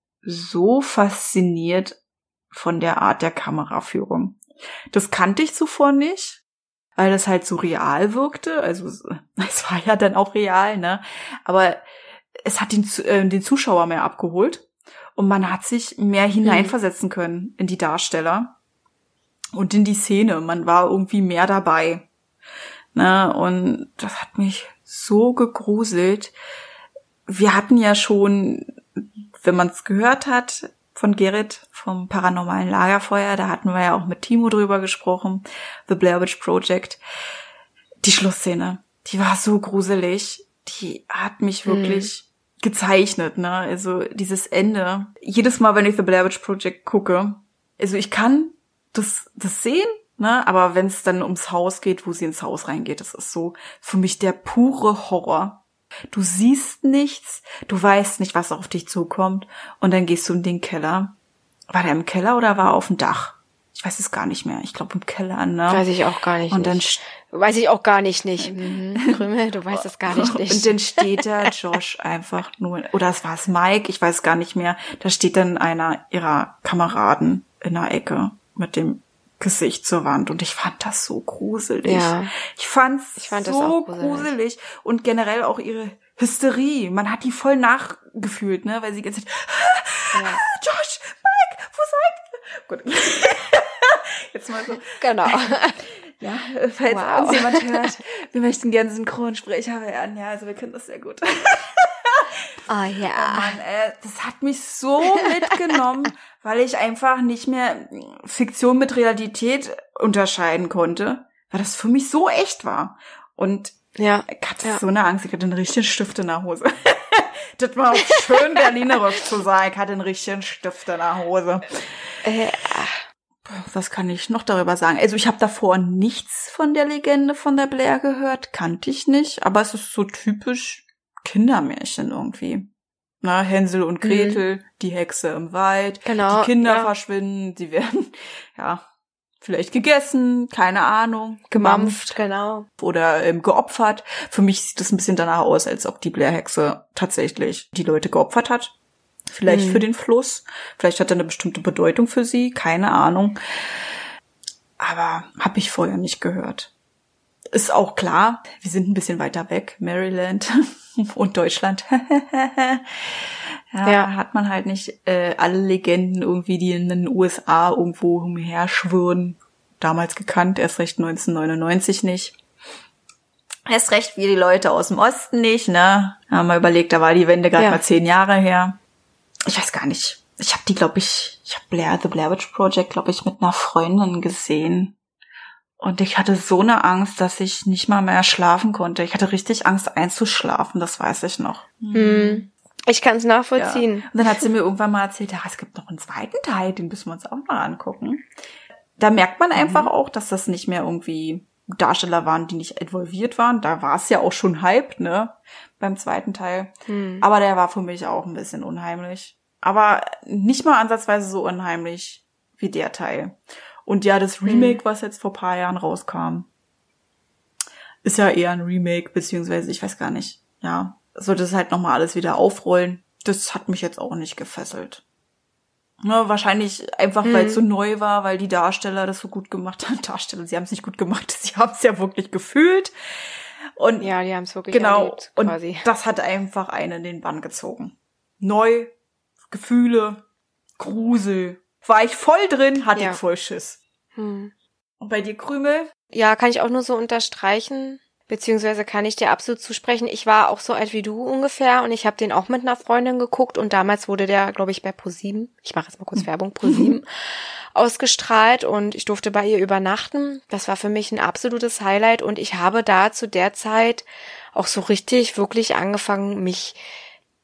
so fasziniert von der Art der Kameraführung. Das kannte ich zuvor nicht, weil das halt so real wirkte. Also es war ja dann auch real, ne? Aber es hat den Zuschauer mehr abgeholt. Und man hat sich mehr hineinversetzen können in die Darsteller und in die Szene. Man war irgendwie mehr dabei. Ne? Und das hat mich so gegruselt. Wir hatten ja schon, wenn man es gehört hat, von Gerrit vom Paranormalen Lagerfeuer, da hatten wir ja auch mit Timo drüber gesprochen, The Blair Witch Project. Die Schlussszene, die war so gruselig. Die hat mich wirklich gezeichnet, ne? Also dieses Ende. Jedes Mal, wenn ich The Blair Witch Project gucke, also ich kann das sehen, ne? Aber wenn es dann ums Haus geht, wo sie ins Haus reingeht, das ist so für mich der pure Horror. Du siehst nichts, du weißt nicht, was auf dich zukommt und dann gehst du in den Keller. War der im Keller oder war er auf dem Dach? Ich weiß es gar nicht mehr. Ich glaube im Keller, ne? Weiß ich auch gar nicht. Und dann weiß ich auch gar nicht. Krümel, du weißt es gar nicht. Und dann steht da Josh einfach nur, oder es war es Mike, ich weiß gar nicht mehr. Da steht dann einer ihrer Kameraden in der Ecke mit dem Gesicht zur Wand und ich fand das so gruselig. Ja. Ich fand das so gruselig und generell auch ihre Hysterie. Man hat die voll nachgefühlt, ne, weil sie die ganze Zeit, Josh, Mike, wo seid ihr? Gut. Jetzt mal so. Genau. Ja, falls uns jemand hört, wir möchten gerne Synchronsprecher werden. Ja, also wir können das sehr gut. Oh ja. Oh Mann, das hat mich so mitgenommen, weil ich einfach nicht mehr Fiktion mit Realität unterscheiden konnte, weil das für mich so echt war. Und ich hatte so eine Angst, ich hatte einen richtigen Stift in der Hose. Das war auch schön berlinerisch zu sagen, ich hatte einen richtigen Stift in der Hose. Was kann ich noch darüber sagen? Also ich habe davor nichts von der Legende von der Blair gehört, kannte ich nicht, aber es ist so typisch Kindermärchen irgendwie. Na, Hänsel und Gretel, die Hexe im Wald, die Kinder verschwinden, sie werden, vielleicht gegessen, keine Ahnung, gemampft, genau. Oder geopfert. Für mich sieht es ein bisschen danach aus, als ob die Blair-Hexe tatsächlich die Leute geopfert hat. Vielleicht für den Fluss, vielleicht hat er eine bestimmte Bedeutung für sie, keine Ahnung. Aber habe ich vorher nicht gehört. Ist auch klar, wir sind ein bisschen weiter weg, Maryland und Deutschland. Hat man halt nicht alle Legenden irgendwie, die in den USA irgendwo umherschwirren, damals gekannt, erst recht 1999 nicht. Erst recht wie die Leute aus dem Osten nicht, ne? Haben wir überlegt, da war die Wende gerade mal 10 Jahre her. Ich weiß gar nicht. Ich habe The Blair Witch Project, glaube ich, mit einer Freundin gesehen. Und ich hatte so eine Angst, dass ich nicht mal mehr schlafen konnte. Ich hatte richtig Angst einzuschlafen, das weiß ich noch. Ich kann es nachvollziehen. Ja. Und dann hat sie mir irgendwann mal erzählt, es gibt noch einen zweiten Teil, den müssen wir uns auch mal angucken. Da merkt man einfach auch, dass das nicht mehr irgendwie Darsteller waren, die nicht involviert waren. Da war es ja auch schon Hype, ne, beim zweiten Teil. Aber der war für mich auch ein bisschen unheimlich. Aber nicht mal ansatzweise so unheimlich wie der Teil. Und ja, das Remake, was jetzt vor ein paar Jahren rauskam, ist ja eher ein Remake, beziehungsweise, ich weiß gar nicht, sollte es halt nochmal alles wieder aufrollen. Das hat mich jetzt auch nicht gefesselt. Ne, wahrscheinlich einfach, weil es so neu war, weil die Darsteller das so gut gemacht haben. Sie haben es nicht gut gemacht, sie haben es ja wirklich gefühlt. Und ja, die haben es wirklich erlebt, quasi. Und das hat einfach einen in den Bann gezogen. Neu, Gefühle, Grusel. War ich voll drin, hatte ich voll Schiss. Und bei dir, Krümel? Ja, kann ich auch nur so unterstreichen, beziehungsweise kann ich dir absolut zusprechen. Ich war auch so alt wie du ungefähr und ich habe den auch mit einer Freundin geguckt und damals wurde der, glaube ich, bei ProSieben, ich mache jetzt mal kurz Werbung, ProSieben, ausgestrahlt und ich durfte bei ihr übernachten. Das war für mich ein absolutes Highlight und ich habe da zu der Zeit auch so richtig, wirklich angefangen, mich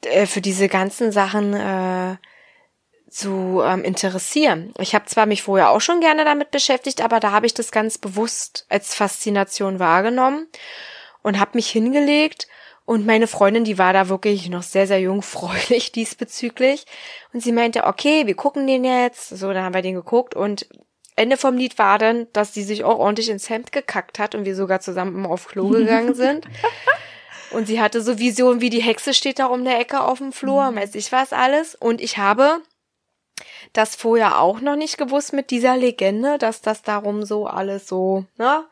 für diese ganzen Sachen zu interessieren. Ich habe zwar mich vorher auch schon gerne damit beschäftigt, aber da habe ich das ganz bewusst als Faszination wahrgenommen und habe mich hingelegt. Und meine Freundin, die war da wirklich noch sehr, sehr jungfräulich diesbezüglich. Und sie meinte, okay, wir gucken den jetzt. So, dann haben wir den geguckt. Und Ende vom Lied war dann, dass sie sich auch ordentlich ins Hemd gekackt hat und wir sogar zusammen immer auf Klo gegangen sind. Und sie hatte so Visionen, wie die Hexe steht da um der Ecke auf dem Flur, weiß ich was alles. Und ich habe das vorher auch noch nicht gewusst mit dieser Legende, dass das darum so alles so, ne?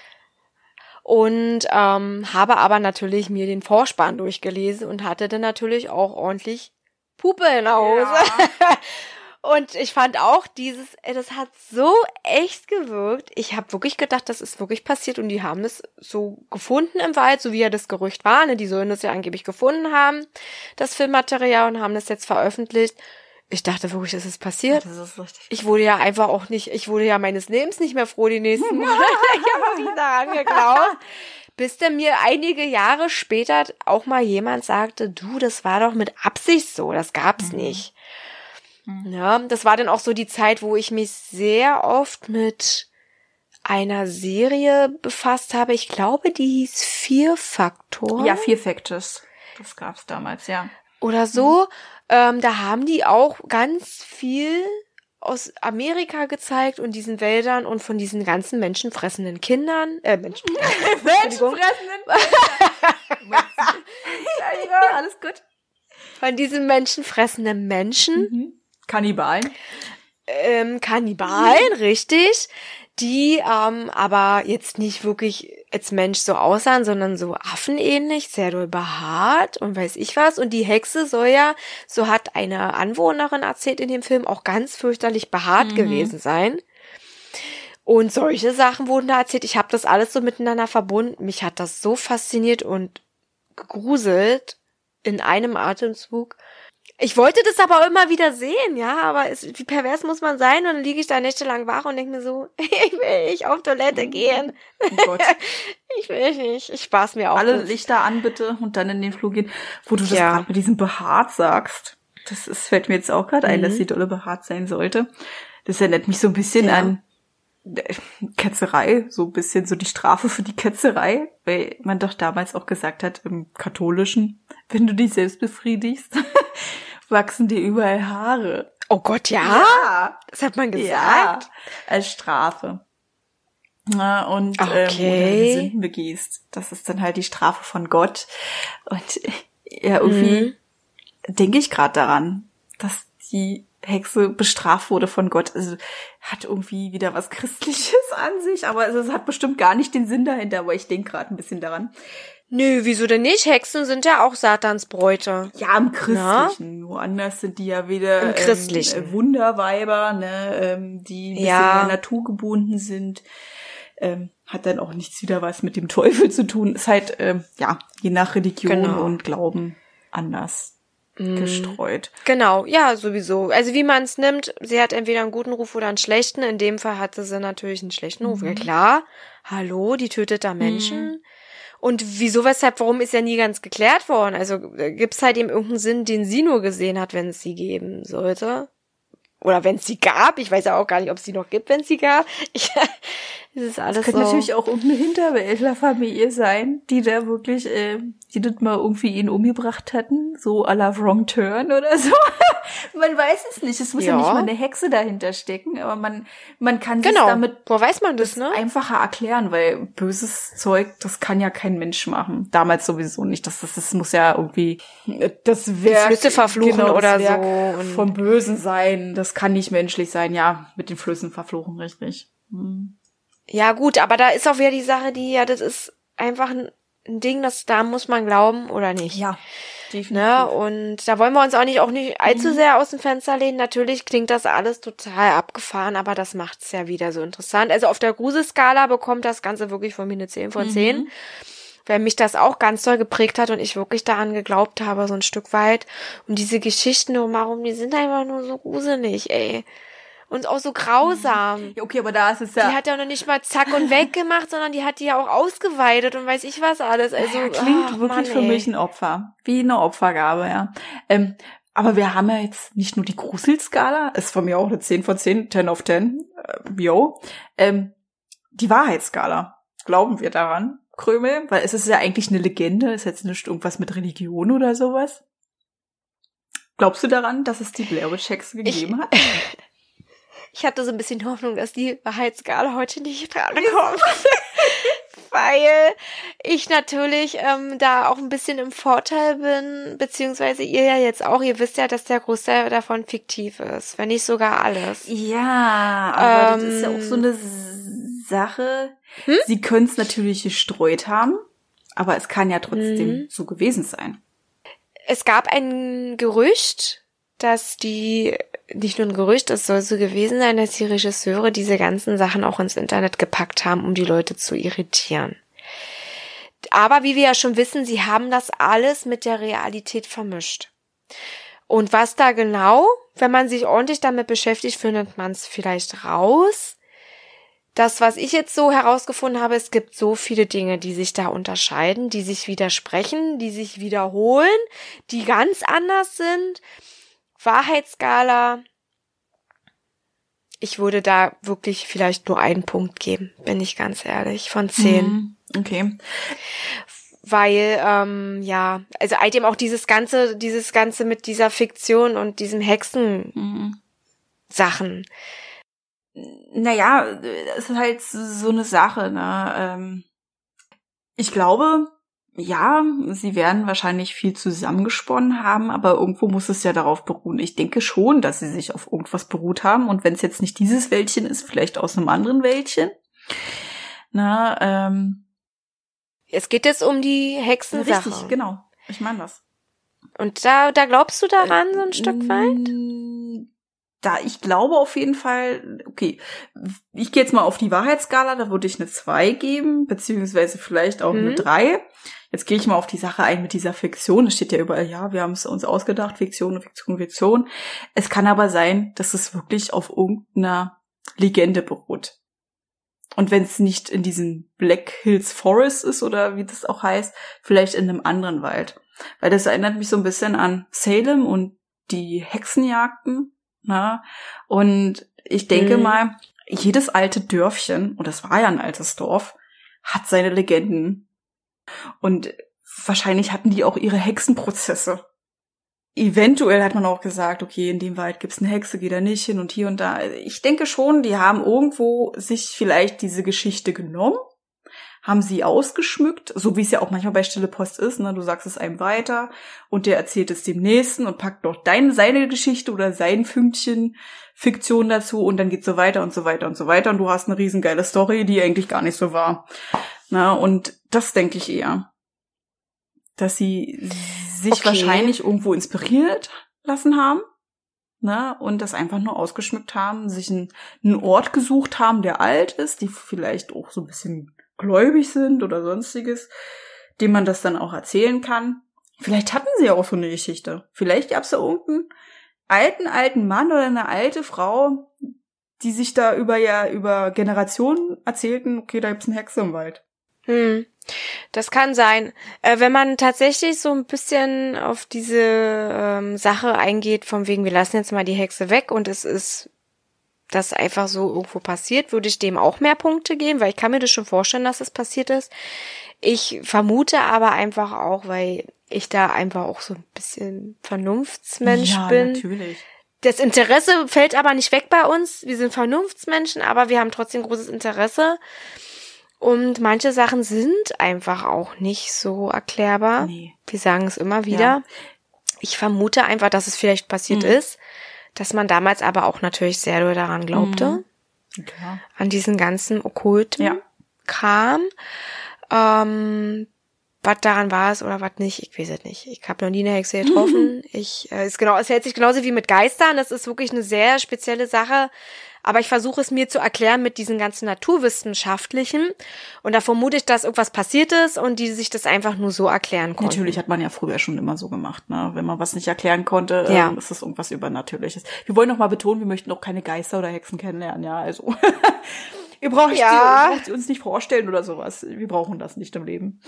Und habe aber natürlich mir den Vorspann durchgelesen und hatte dann natürlich auch ordentlich Puppe in der Hose. Ja. Und ich fand auch das hat so echt gewirkt. Ich habe wirklich gedacht, das ist wirklich passiert und die haben es so gefunden im Wald, so wie ja das Gerücht war, ne? Die sollen das ja angeblich gefunden haben, das Filmmaterial, und haben das jetzt veröffentlicht. Ich dachte wirklich, das ist passiert. Das ist richtig. Ich wurde ja meines Lebens nicht mehr froh die nächsten Monate. Ich habe nicht daran geglaubt. Bis dann mir einige Jahre später auch mal jemand sagte, du, das war doch mit Absicht so, das gab's nicht. Ja, das war dann auch so die Zeit, wo ich mich sehr oft mit einer Serie befasst habe. Ich glaube, die hieß Fear Factor. Ja, Fear Factors. Das gab's damals, ja. Oder so. Da haben die auch ganz viel aus Amerika gezeigt und diesen Wäldern und von diesen ganzen menschenfressenden Kindern. Menschenfressenden Kindern. Alles gut. Von diesen menschenfressenden Menschen. Kannibalen. Kannibalen, richtig. Die aber jetzt nicht wirklich als Mensch so aussahen, sondern so affenähnlich, sehr doll behaart und weiß ich was. Und die Hexe soll ja, so hat eine Anwohnerin erzählt in dem Film, auch ganz fürchterlich behaart gewesen sein. Und solche Sachen wurden da erzählt. Ich habe das alles so miteinander verbunden. Mich hat das so fasziniert und gegruselt in einem Atemzug. Ich wollte das aber immer wieder sehen, ja, aber wie pervers muss man sein? Und dann liege ich da nächtelang wach und denke mir so, ich will nicht auf Toilette gehen. Oh Gott. Ich will nicht. Ich spaß mir auch. Alle Lichter an, bitte, und dann in den Flur gehen. Wo du das gerade mit diesem behaart sagst, fällt mir jetzt auch gerade ein, dass sie dolle behaart sein sollte. Das erinnert mich so ein bisschen an Ketzerei, so ein bisschen so die Strafe für die Ketzerei, weil man doch damals auch gesagt hat, im Katholischen, wenn du dich selbst befriedigst, wachsen dir überall Haare. Oh Gott, ja? Das hat man gesagt? Ja, als Strafe. Ja, und oder wenn du Sünden begehst, das ist dann halt die Strafe von Gott. Und ja, irgendwie denke ich gerade daran, dass die Hexe bestraft wurde von Gott. Also hat irgendwie wieder was Christliches an sich, aber es hat bestimmt gar nicht den Sinn dahinter, aber ich denke gerade ein bisschen daran. Nö, wieso denn nicht? Hexen sind ja auch Satans Bräute. Ja, im Christlichen. Woanders sind die ja wieder im Christlichen. Wunderweiber, ne, die ein bisschen mehr naturgebunden sind. Hat dann auch nichts wieder was mit dem Teufel zu tun. Ist halt, je nach Religion und Glauben anders gestreut. Genau, ja, sowieso. Also wie man es nimmt, sie hat entweder einen guten Ruf oder einen schlechten. In dem Fall hatte sie natürlich einen schlechten Ruf. Ja klar, hallo, die tötet da Menschen. Und wieso, weshalb, warum, ist ja nie ganz geklärt worden. Also gibt's halt eben irgendeinen Sinn, den sie nur gesehen hat, wenn es sie geben sollte. Oder wenn es sie gab. Ich weiß ja auch gar nicht, ob es sie noch gibt, wenn es sie gab. Das ist alles so. Könnte natürlich auch irgendeine Hinterwäldlerfamilie sein, die da wirklich, die das mal irgendwie ihn umgebracht hatten. So à la Wrong Turn oder so. Man weiß es nicht. Es muss ja nicht mal eine Hexe dahinter stecken. Aber man kann sich damit woher weiß man das, ne? einfacher erklären, weil böses Zeug, das kann ja kein Mensch machen. Damals sowieso nicht. Das muss ja irgendwie das Werk, Flüsse verfluchen oder Werk so. Vom Bösen sein. Das kann nicht menschlich sein. Ja, mit den Flüssen verfluchen, richtig. Ja gut, aber da ist auch wieder die Sache, das ist einfach ein Ding, da muss man glauben oder nicht. Ja, definitiv. Ne? Und da wollen wir uns auch nicht allzu sehr aus dem Fenster lehnen. Natürlich klingt das alles total abgefahren, aber das macht's ja wieder so interessant. Also auf der Gruselskala bekommt das Ganze wirklich von mir eine 10 von 10. Weil mich das auch ganz doll geprägt hat und ich wirklich daran geglaubt habe, so ein Stück weit. Und diese Geschichten drumherum, die sind einfach nur so gruselig, ey. Und auch so grausam. Ja, okay, aber da ist es ja... Die hat ja noch nicht mal zack und weg gemacht, sondern die hat die ja auch ausgeweidet und weiß ich was alles. Also klingt wirklich für mich ein Opfer. Wie eine Opfergabe, ja. Aber wir haben ja jetzt nicht nur die Gruselskala, ist von mir auch eine 10 von 10, 10 of 10, die Wahrheitsskala. Glauben wir daran, Krömel? Weil es ist ja eigentlich eine Legende, ist jetzt nicht irgendwas mit Religion oder sowas. Glaubst du daran, dass es die Blair Witch Hexe gegeben hat? Ich hatte so ein bisschen Hoffnung, dass die Wahrheitsskala heute nicht dran kommt. Weil ich natürlich da auch ein bisschen im Vorteil bin, beziehungsweise ihr ja jetzt auch. Ihr wisst ja, dass der Großteil davon fiktiv ist, wenn nicht sogar alles. Ja, aber das ist ja auch so eine Sache. Sie können es natürlich gestreut haben, aber es kann ja trotzdem so gewesen sein. Es gab ein Gerücht, dass nicht nur ein Gerücht, es soll so gewesen sein, dass die Regisseure diese ganzen Sachen auch ins Internet gepackt haben, um die Leute zu irritieren. Aber wie wir ja schon wissen, sie haben das alles mit der Realität vermischt. Und was da genau, wenn man sich ordentlich damit beschäftigt, findet man es vielleicht raus. Das, was ich jetzt so herausgefunden habe, es gibt so viele Dinge, die sich da unterscheiden, die sich widersprechen, die sich wiederholen, die ganz anders sind. Wahrheitsskala, ich würde da wirklich vielleicht nur einen Punkt geben, bin ich ganz ehrlich, von 10. Okay. Weil, also seitdem auch dieses Ganze mit dieser Fiktion und diesem Hexen-Sachen. Naja, es ist halt so eine Sache, ne? Ich glaube, ja, sie werden wahrscheinlich viel zusammengesponnen haben, aber irgendwo muss es ja darauf beruhen. Ich denke schon, dass sie sich auf irgendwas beruht haben und wenn es jetzt nicht dieses Wäldchen ist, vielleicht aus einem anderen Wäldchen. Es geht jetzt um die Hexensache. Richtig, genau. Ich meine das. Und da glaubst du daran so ein Stück weit? Ich glaube auf jeden Fall, okay, ich gehe jetzt mal auf die Wahrheitsskala, da würde ich eine 2 geben, beziehungsweise vielleicht auch eine 3. Jetzt gehe ich mal auf die Sache ein mit dieser Fiktion. Es steht ja überall, ja, wir haben es uns ausgedacht, Fiktion, Fiktion, Fiktion. Es kann aber sein, dass es wirklich auf irgendeiner Legende beruht. Und wenn es nicht in diesem Black Hills Forest ist oder wie das auch heißt, vielleicht in einem anderen Wald. Weil das erinnert mich so ein bisschen an Salem und die Hexenjagden. Na? Und ich denke mal, jedes alte Dörfchen, und das war ja ein altes Dorf, hat seine Legenden. Und wahrscheinlich hatten die auch ihre Hexenprozesse. Eventuell hat man auch gesagt, okay, in dem Wald gibt's eine Hexe, geh da nicht hin und hier und da. Ich denke schon, die haben irgendwo sich vielleicht diese Geschichte genommen, haben sie ausgeschmückt, so wie es ja auch manchmal bei Stille Post ist, ne? Du sagst es einem weiter und der erzählt es dem Nächsten und packt noch seine Geschichte oder sein Fünkchen Fiktion dazu und dann geht's so weiter und so weiter und so weiter und du hast eine riesengeile Story, die eigentlich gar nicht so war. Na, und das denke ich eher, dass sie sich wahrscheinlich irgendwo inspiriert lassen haben, ne, und das einfach nur ausgeschmückt haben, sich einen Ort gesucht haben, der alt ist, die vielleicht auch so ein bisschen gläubig sind oder sonstiges, dem man das dann auch erzählen kann. Vielleicht hatten sie ja auch so eine Geschichte. Vielleicht gab es da irgendeinen alten Mann oder eine alte Frau, die sich da über Generationen erzählten, okay, da gibt's eine Hexe im Wald. Das kann sein. Wenn man tatsächlich so ein bisschen auf diese Sache eingeht, von wegen, wir lassen jetzt mal die Hexe weg und es ist das einfach so irgendwo passiert, würde ich dem auch mehr Punkte geben, weil ich kann mir das schon vorstellen, dass das passiert ist. Ich vermute aber einfach auch, weil ich da einfach auch so ein bisschen Vernunftsmensch bin. Ja, natürlich. Das Interesse fällt aber nicht weg bei uns. Wir sind Vernunftsmenschen, aber wir haben trotzdem großes Interesse. Und manche Sachen sind einfach auch nicht so erklärbar. Nee. Wir sagen es immer wieder. Ja. Ich vermute einfach, dass es vielleicht passiert ist, dass man damals aber auch natürlich sehr doll daran glaubte. Okay. An diesen ganzen okkulten Kram. Was daran war es oder was nicht, ich weiß es nicht. Ich habe noch nie eine Hexe getroffen. Es hält sich genauso wie mit Geistern. Das ist wirklich eine sehr spezielle Sache. Aber ich versuche es mir zu erklären mit diesen ganzen Naturwissenschaftlichen. Und da vermute ich, dass irgendwas passiert ist und die sich das einfach nur so erklären konnten. Natürlich hat man ja früher schon immer so gemacht, ne? Wenn man was nicht erklären konnte, ist das irgendwas Übernatürliches. Wir wollen noch mal betonen, wir möchten auch keine Geister oder Hexen kennenlernen, ja, also. Ihr braucht sie uns nicht vorstellen oder sowas. Wir brauchen das nicht im Leben.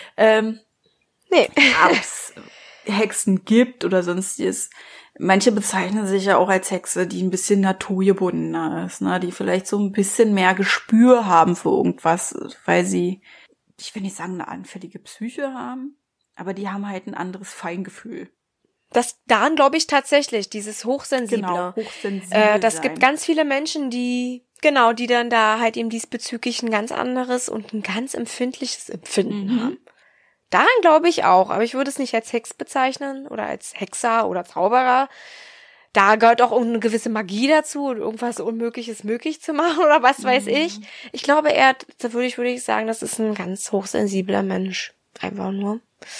Nee. Ob es Hexen gibt oder sonstiges. Manche bezeichnen sich ja auch als Hexe, die ein bisschen naturgebundener ist, ne? Die vielleicht so ein bisschen mehr Gespür haben für irgendwas, weil sie, ich will nicht sagen, eine anfällige Psyche haben, aber die haben halt ein anderes Feingefühl. Das daran glaube ich tatsächlich, dieses Hochsensible. Genau, hochsensibel das sein. gibt ganz viele Menschen, die dann da halt eben diesbezüglich ein ganz anderes und ein ganz empfindliches Empfinden haben. Daran glaube ich auch, aber ich würde es nicht als Hex bezeichnen oder als Hexer oder Zauberer. Da gehört auch eine gewisse Magie dazu, irgendwas Unmögliches möglich zu machen oder was weiß ich. Ich glaube eher, da würde ich sagen, das ist ein ganz hochsensibler Mensch. Einfach nur.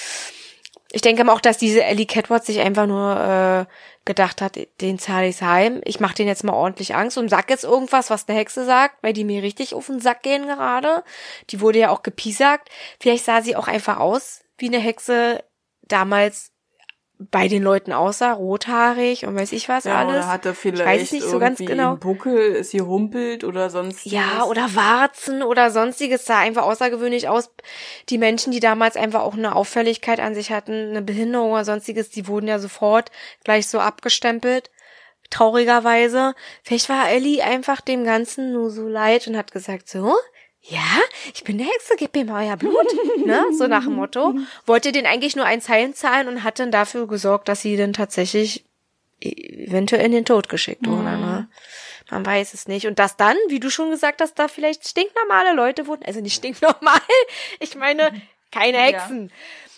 Ich denke mal auch, dass diese Ellie Catwatts sich einfach nur gedacht hat, den zahle ich's heim. Ich mache den jetzt mal ordentlich Angst und sag jetzt irgendwas, was eine Hexe sagt, weil die mir richtig auf den Sack gehen gerade. Die wurde ja auch gepiesackt. Vielleicht sah sie auch einfach aus, wie eine Hexe damals bei den Leuten aussah, rothaarig und weiß ich was alles. Oder hatte vielleicht ich weiß es nicht so ganz genau. einen Buckel, ist sie humpelt oder sonstiges. Ja, oder Warzen oder sonstiges, sah einfach außergewöhnlich aus. Die Menschen, die damals einfach auch eine Auffälligkeit an sich hatten, eine Behinderung oder sonstiges, die wurden ja sofort gleich so abgestempelt. Traurigerweise. Vielleicht war Ellie einfach dem Ganzen nur so leid und hat gesagt so, ja, ich bin der Hexe, gib mir mal euer Blut, ne, so nach dem Motto. Wollte den eigentlich nur ein Zeilen zahlen und hat dann dafür gesorgt, dass sie dann tatsächlich eventuell in den Tod geschickt wurde, ne. Man weiß es nicht. Und dass dann, wie du schon gesagt hast, da vielleicht stinknormale Leute wurden, also nicht stinknormal, ich meine, keine Hexen,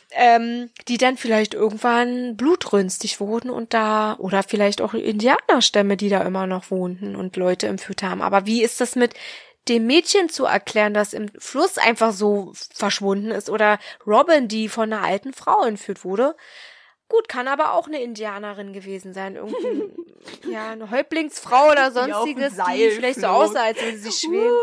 die dann vielleicht irgendwann blutrünstig wurden und da, oder vielleicht auch Indianerstämme, die da immer noch wohnten und Leute entführt haben. Aber wie ist das mit dem Mädchen zu erklären, das im Fluss einfach so verschwunden ist, oder Robin, die von einer alten Frau entführt wurde? Gut, kann aber auch eine Indianerin gewesen sein, irgendwie, ja, eine Häuptlingsfrau oder sonstiges, die vielleicht so aussah, als würde sie schweben.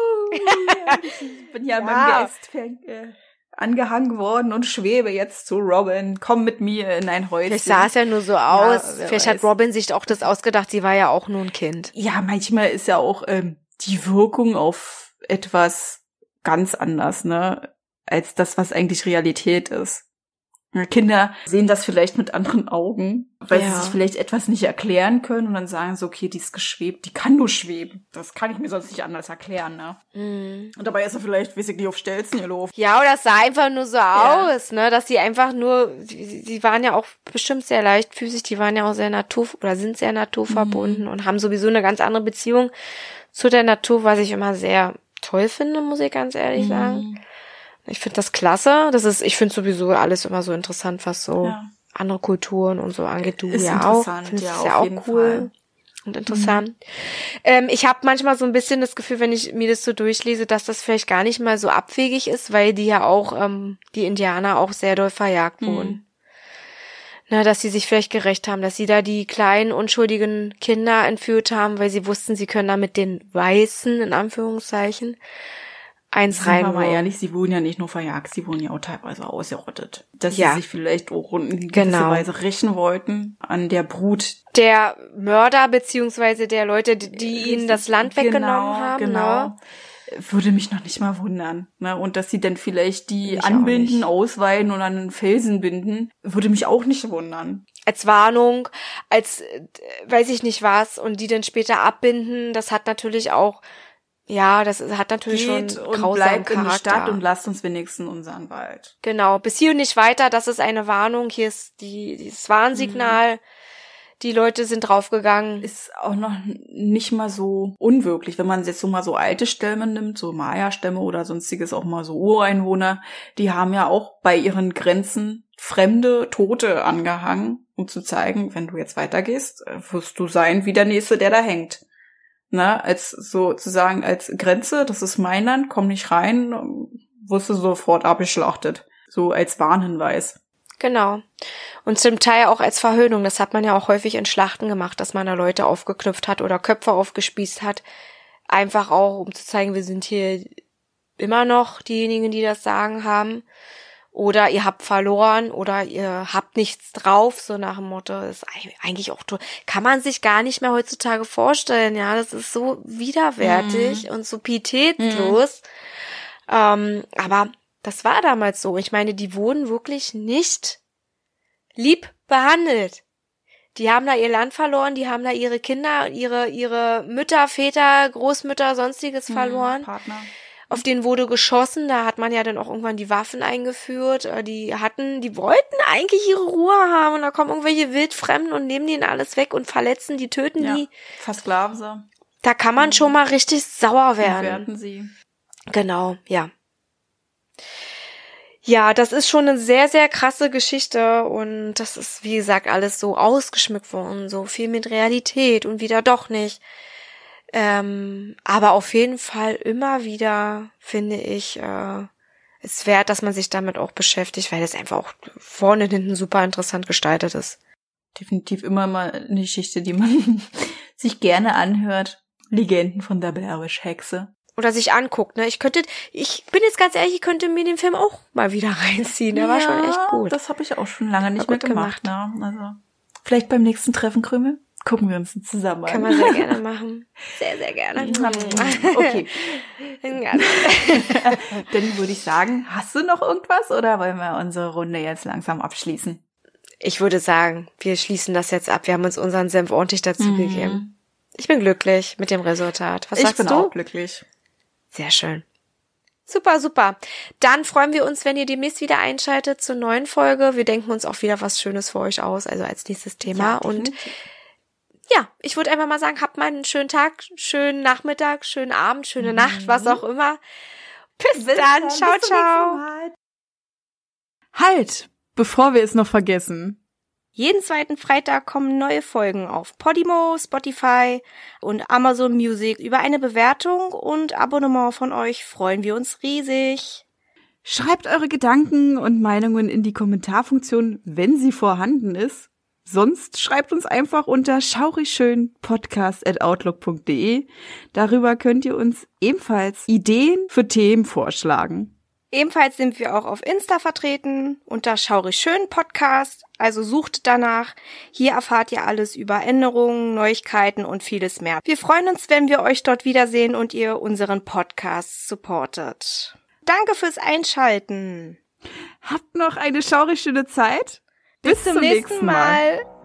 Ich bin ja an meinem Geist angehangen worden und schwebe jetzt zu Robin. Komm mit mir in ein Häuschen. Vielleicht sah es ja nur so aus. Ja, vielleicht hat Robin sich auch das ausgedacht. Sie war ja auch nur ein Kind. Ja, manchmal ist ja auch die Wirkung auf etwas ganz anders, ne, als das, was eigentlich Realität ist. Kinder sehen das vielleicht mit anderen Augen, weil sie sich vielleicht etwas nicht erklären können und dann sagen sie, okay, die ist geschwebt, die kann nur schweben. Das kann ich mir sonst nicht anders erklären, ne? Und dabei ist er vielleicht, weiß ich nicht, auf Stelzen gelaufen. Ja, oder es sah einfach nur so aus, ne, dass sie einfach nur, sie waren ja auch bestimmt sehr leichtfüßig, die waren ja auch sehr sind sehr naturverbunden und haben sowieso eine ganz andere Beziehung zu der Natur, was ich immer sehr toll finde, muss ich ganz ehrlich sagen. Ich finde das klasse. Ich finde sowieso alles immer so interessant, was so andere Kulturen und so angeht. Du ist ja auch. Findest ja, ja auch cool und interessant. Ich habe manchmal so ein bisschen das Gefühl, wenn ich mir das so durchlese, dass das vielleicht gar nicht mal so abwegig ist, weil die ja auch, die Indianer auch sehr doll verjagt wurden. Na, dass sie sich vielleicht gerecht haben, dass sie da die kleinen, unschuldigen Kinder entführt haben, weil sie wussten, sie können da mit den Weißen, in Anführungszeichen, eins rein. Sind wir mal ehrlich, sie wurden ja nicht nur verjagt, sie wurden ja auch teilweise ausgerottet. Dass sie sich vielleicht auch in gewisser Weise rächen wollten an der Brut. Der Mörder, beziehungsweise der Leute, die ihnen das Land weggenommen haben. Genau. Ne? Würde mich noch nicht mal wundern. Ne? Und dass sie dann vielleicht die anbinden, ausweiden und an einen Felsen binden, würde mich auch nicht wundern. Als Warnung, als weiß ich nicht was, und die dann später abbinden, das hat natürlich auch, ja, das hat natürlich Geht schon und grausamen bleibt Charakter. in der Stadt und lasst uns wenigstens unseren Wald. Genau, bis hier und nicht weiter, das ist eine Warnung, hier ist dieses Warnsignal. Die Leute sind draufgegangen. Ist auch noch nicht mal so unwirklich, wenn man jetzt so mal so alte Stämme nimmt, so Maya-Stämme oder sonstiges, auch mal so Ureinwohner, die haben ja auch bei ihren Grenzen fremde Tote angehangen, um zu zeigen, wenn du jetzt weitergehst, wirst du sein wie der Nächste, der da hängt. Na, als sozusagen als Grenze, das ist mein Land, komm nicht rein, wirst du sofort abgeschlachtet. So als Warnhinweis. Genau. Und zum Teil auch als Verhöhnung. Das hat man ja auch häufig in Schlachten gemacht, dass man da Leute aufgeknüpft hat oder Köpfe aufgespießt hat. Einfach auch, um zu zeigen, wir sind hier immer noch diejenigen, die das Sagen haben. Oder ihr habt verloren oder ihr habt nichts drauf, so nach dem Motto. Das ist eigentlich auch, kann man sich gar nicht mehr heutzutage vorstellen, ja. Das ist so widerwärtig und so pietätlos. Aber das war damals so. Ich meine, die wurden wirklich nicht lieb behandelt. Die haben da ihr Land verloren, die haben da ihre Kinder, ihre Mütter, Väter, Großmütter, sonstiges verloren. Partner. Auf denen wurde geschossen, da hat man ja dann auch irgendwann die Waffen eingeführt. Die wollten eigentlich ihre Ruhe haben und da kommen irgendwelche Wildfremden und nehmen denen alles weg und verletzen die, töten die. Versklaven sie. Da kann man schon mal richtig sauer werden. Werden sie. Genau, ja. Ja, das ist schon eine sehr, sehr krasse Geschichte und das ist, wie gesagt, alles so ausgeschmückt worden, so viel mit Realität und wieder doch nicht. Aber auf jeden Fall immer wieder finde ich es wert, dass man sich damit auch beschäftigt, weil das einfach auch vorne und hinten super interessant gestaltet ist. Definitiv immer mal eine Geschichte, die man sich gerne anhört. Legenden von der Blair-Witch-Hexe. Oder sich anguckt, ne? Ich bin jetzt ganz ehrlich, ich könnte mir den Film auch mal wieder reinziehen. Der war schon echt gut. Das habe ich auch schon lange nicht mehr gemacht. Ne? Also vielleicht beim nächsten Treffen, Krümel, gucken wir uns zusammen an. Kann man sehr gerne machen. Sehr, sehr gerne. Okay. Dann würde ich sagen, hast du noch irgendwas oder wollen wir unsere Runde jetzt langsam abschließen? Ich würde sagen, wir schließen das jetzt ab. Wir haben uns unseren Senf ordentlich dazugegeben. Ich bin glücklich mit dem Resultat. Was sagst du? Ich bin auch glücklich. Sehr schön. Super, super. Dann freuen wir uns, wenn ihr demnächst wieder einschaltet zur neuen Folge. Wir denken uns auch wieder was Schönes für euch aus, also als nächstes Thema. Und ja, ich würde einfach mal sagen, habt mal einen schönen Tag, schönen Nachmittag, schönen Abend, schöne Nacht, was auch immer. Bis dann. Ciao, ciao. Halt, bevor wir es noch vergessen. Jeden zweiten Freitag kommen neue Folgen auf Podimo, Spotify und Amazon Music. Über eine Bewertung und Abonnement von euch freuen wir uns riesig. Schreibt eure Gedanken und Meinungen in die Kommentarfunktion, wenn sie vorhanden ist. Sonst schreibt uns einfach unter schaurigschön podcast@outlook.de. Darüber könnt ihr uns ebenfalls Ideen für Themen vorschlagen. Ebenfalls sind wir auch auf Insta vertreten unter Schaurigschön Podcast, also sucht danach. Hier erfahrt ihr alles über Änderungen, Neuigkeiten und vieles mehr. Wir freuen uns, wenn wir euch dort wiedersehen und ihr unseren Podcast supportet. Danke fürs Einschalten. Habt noch eine schaurig schöne Zeit. Bis zum nächsten Mal.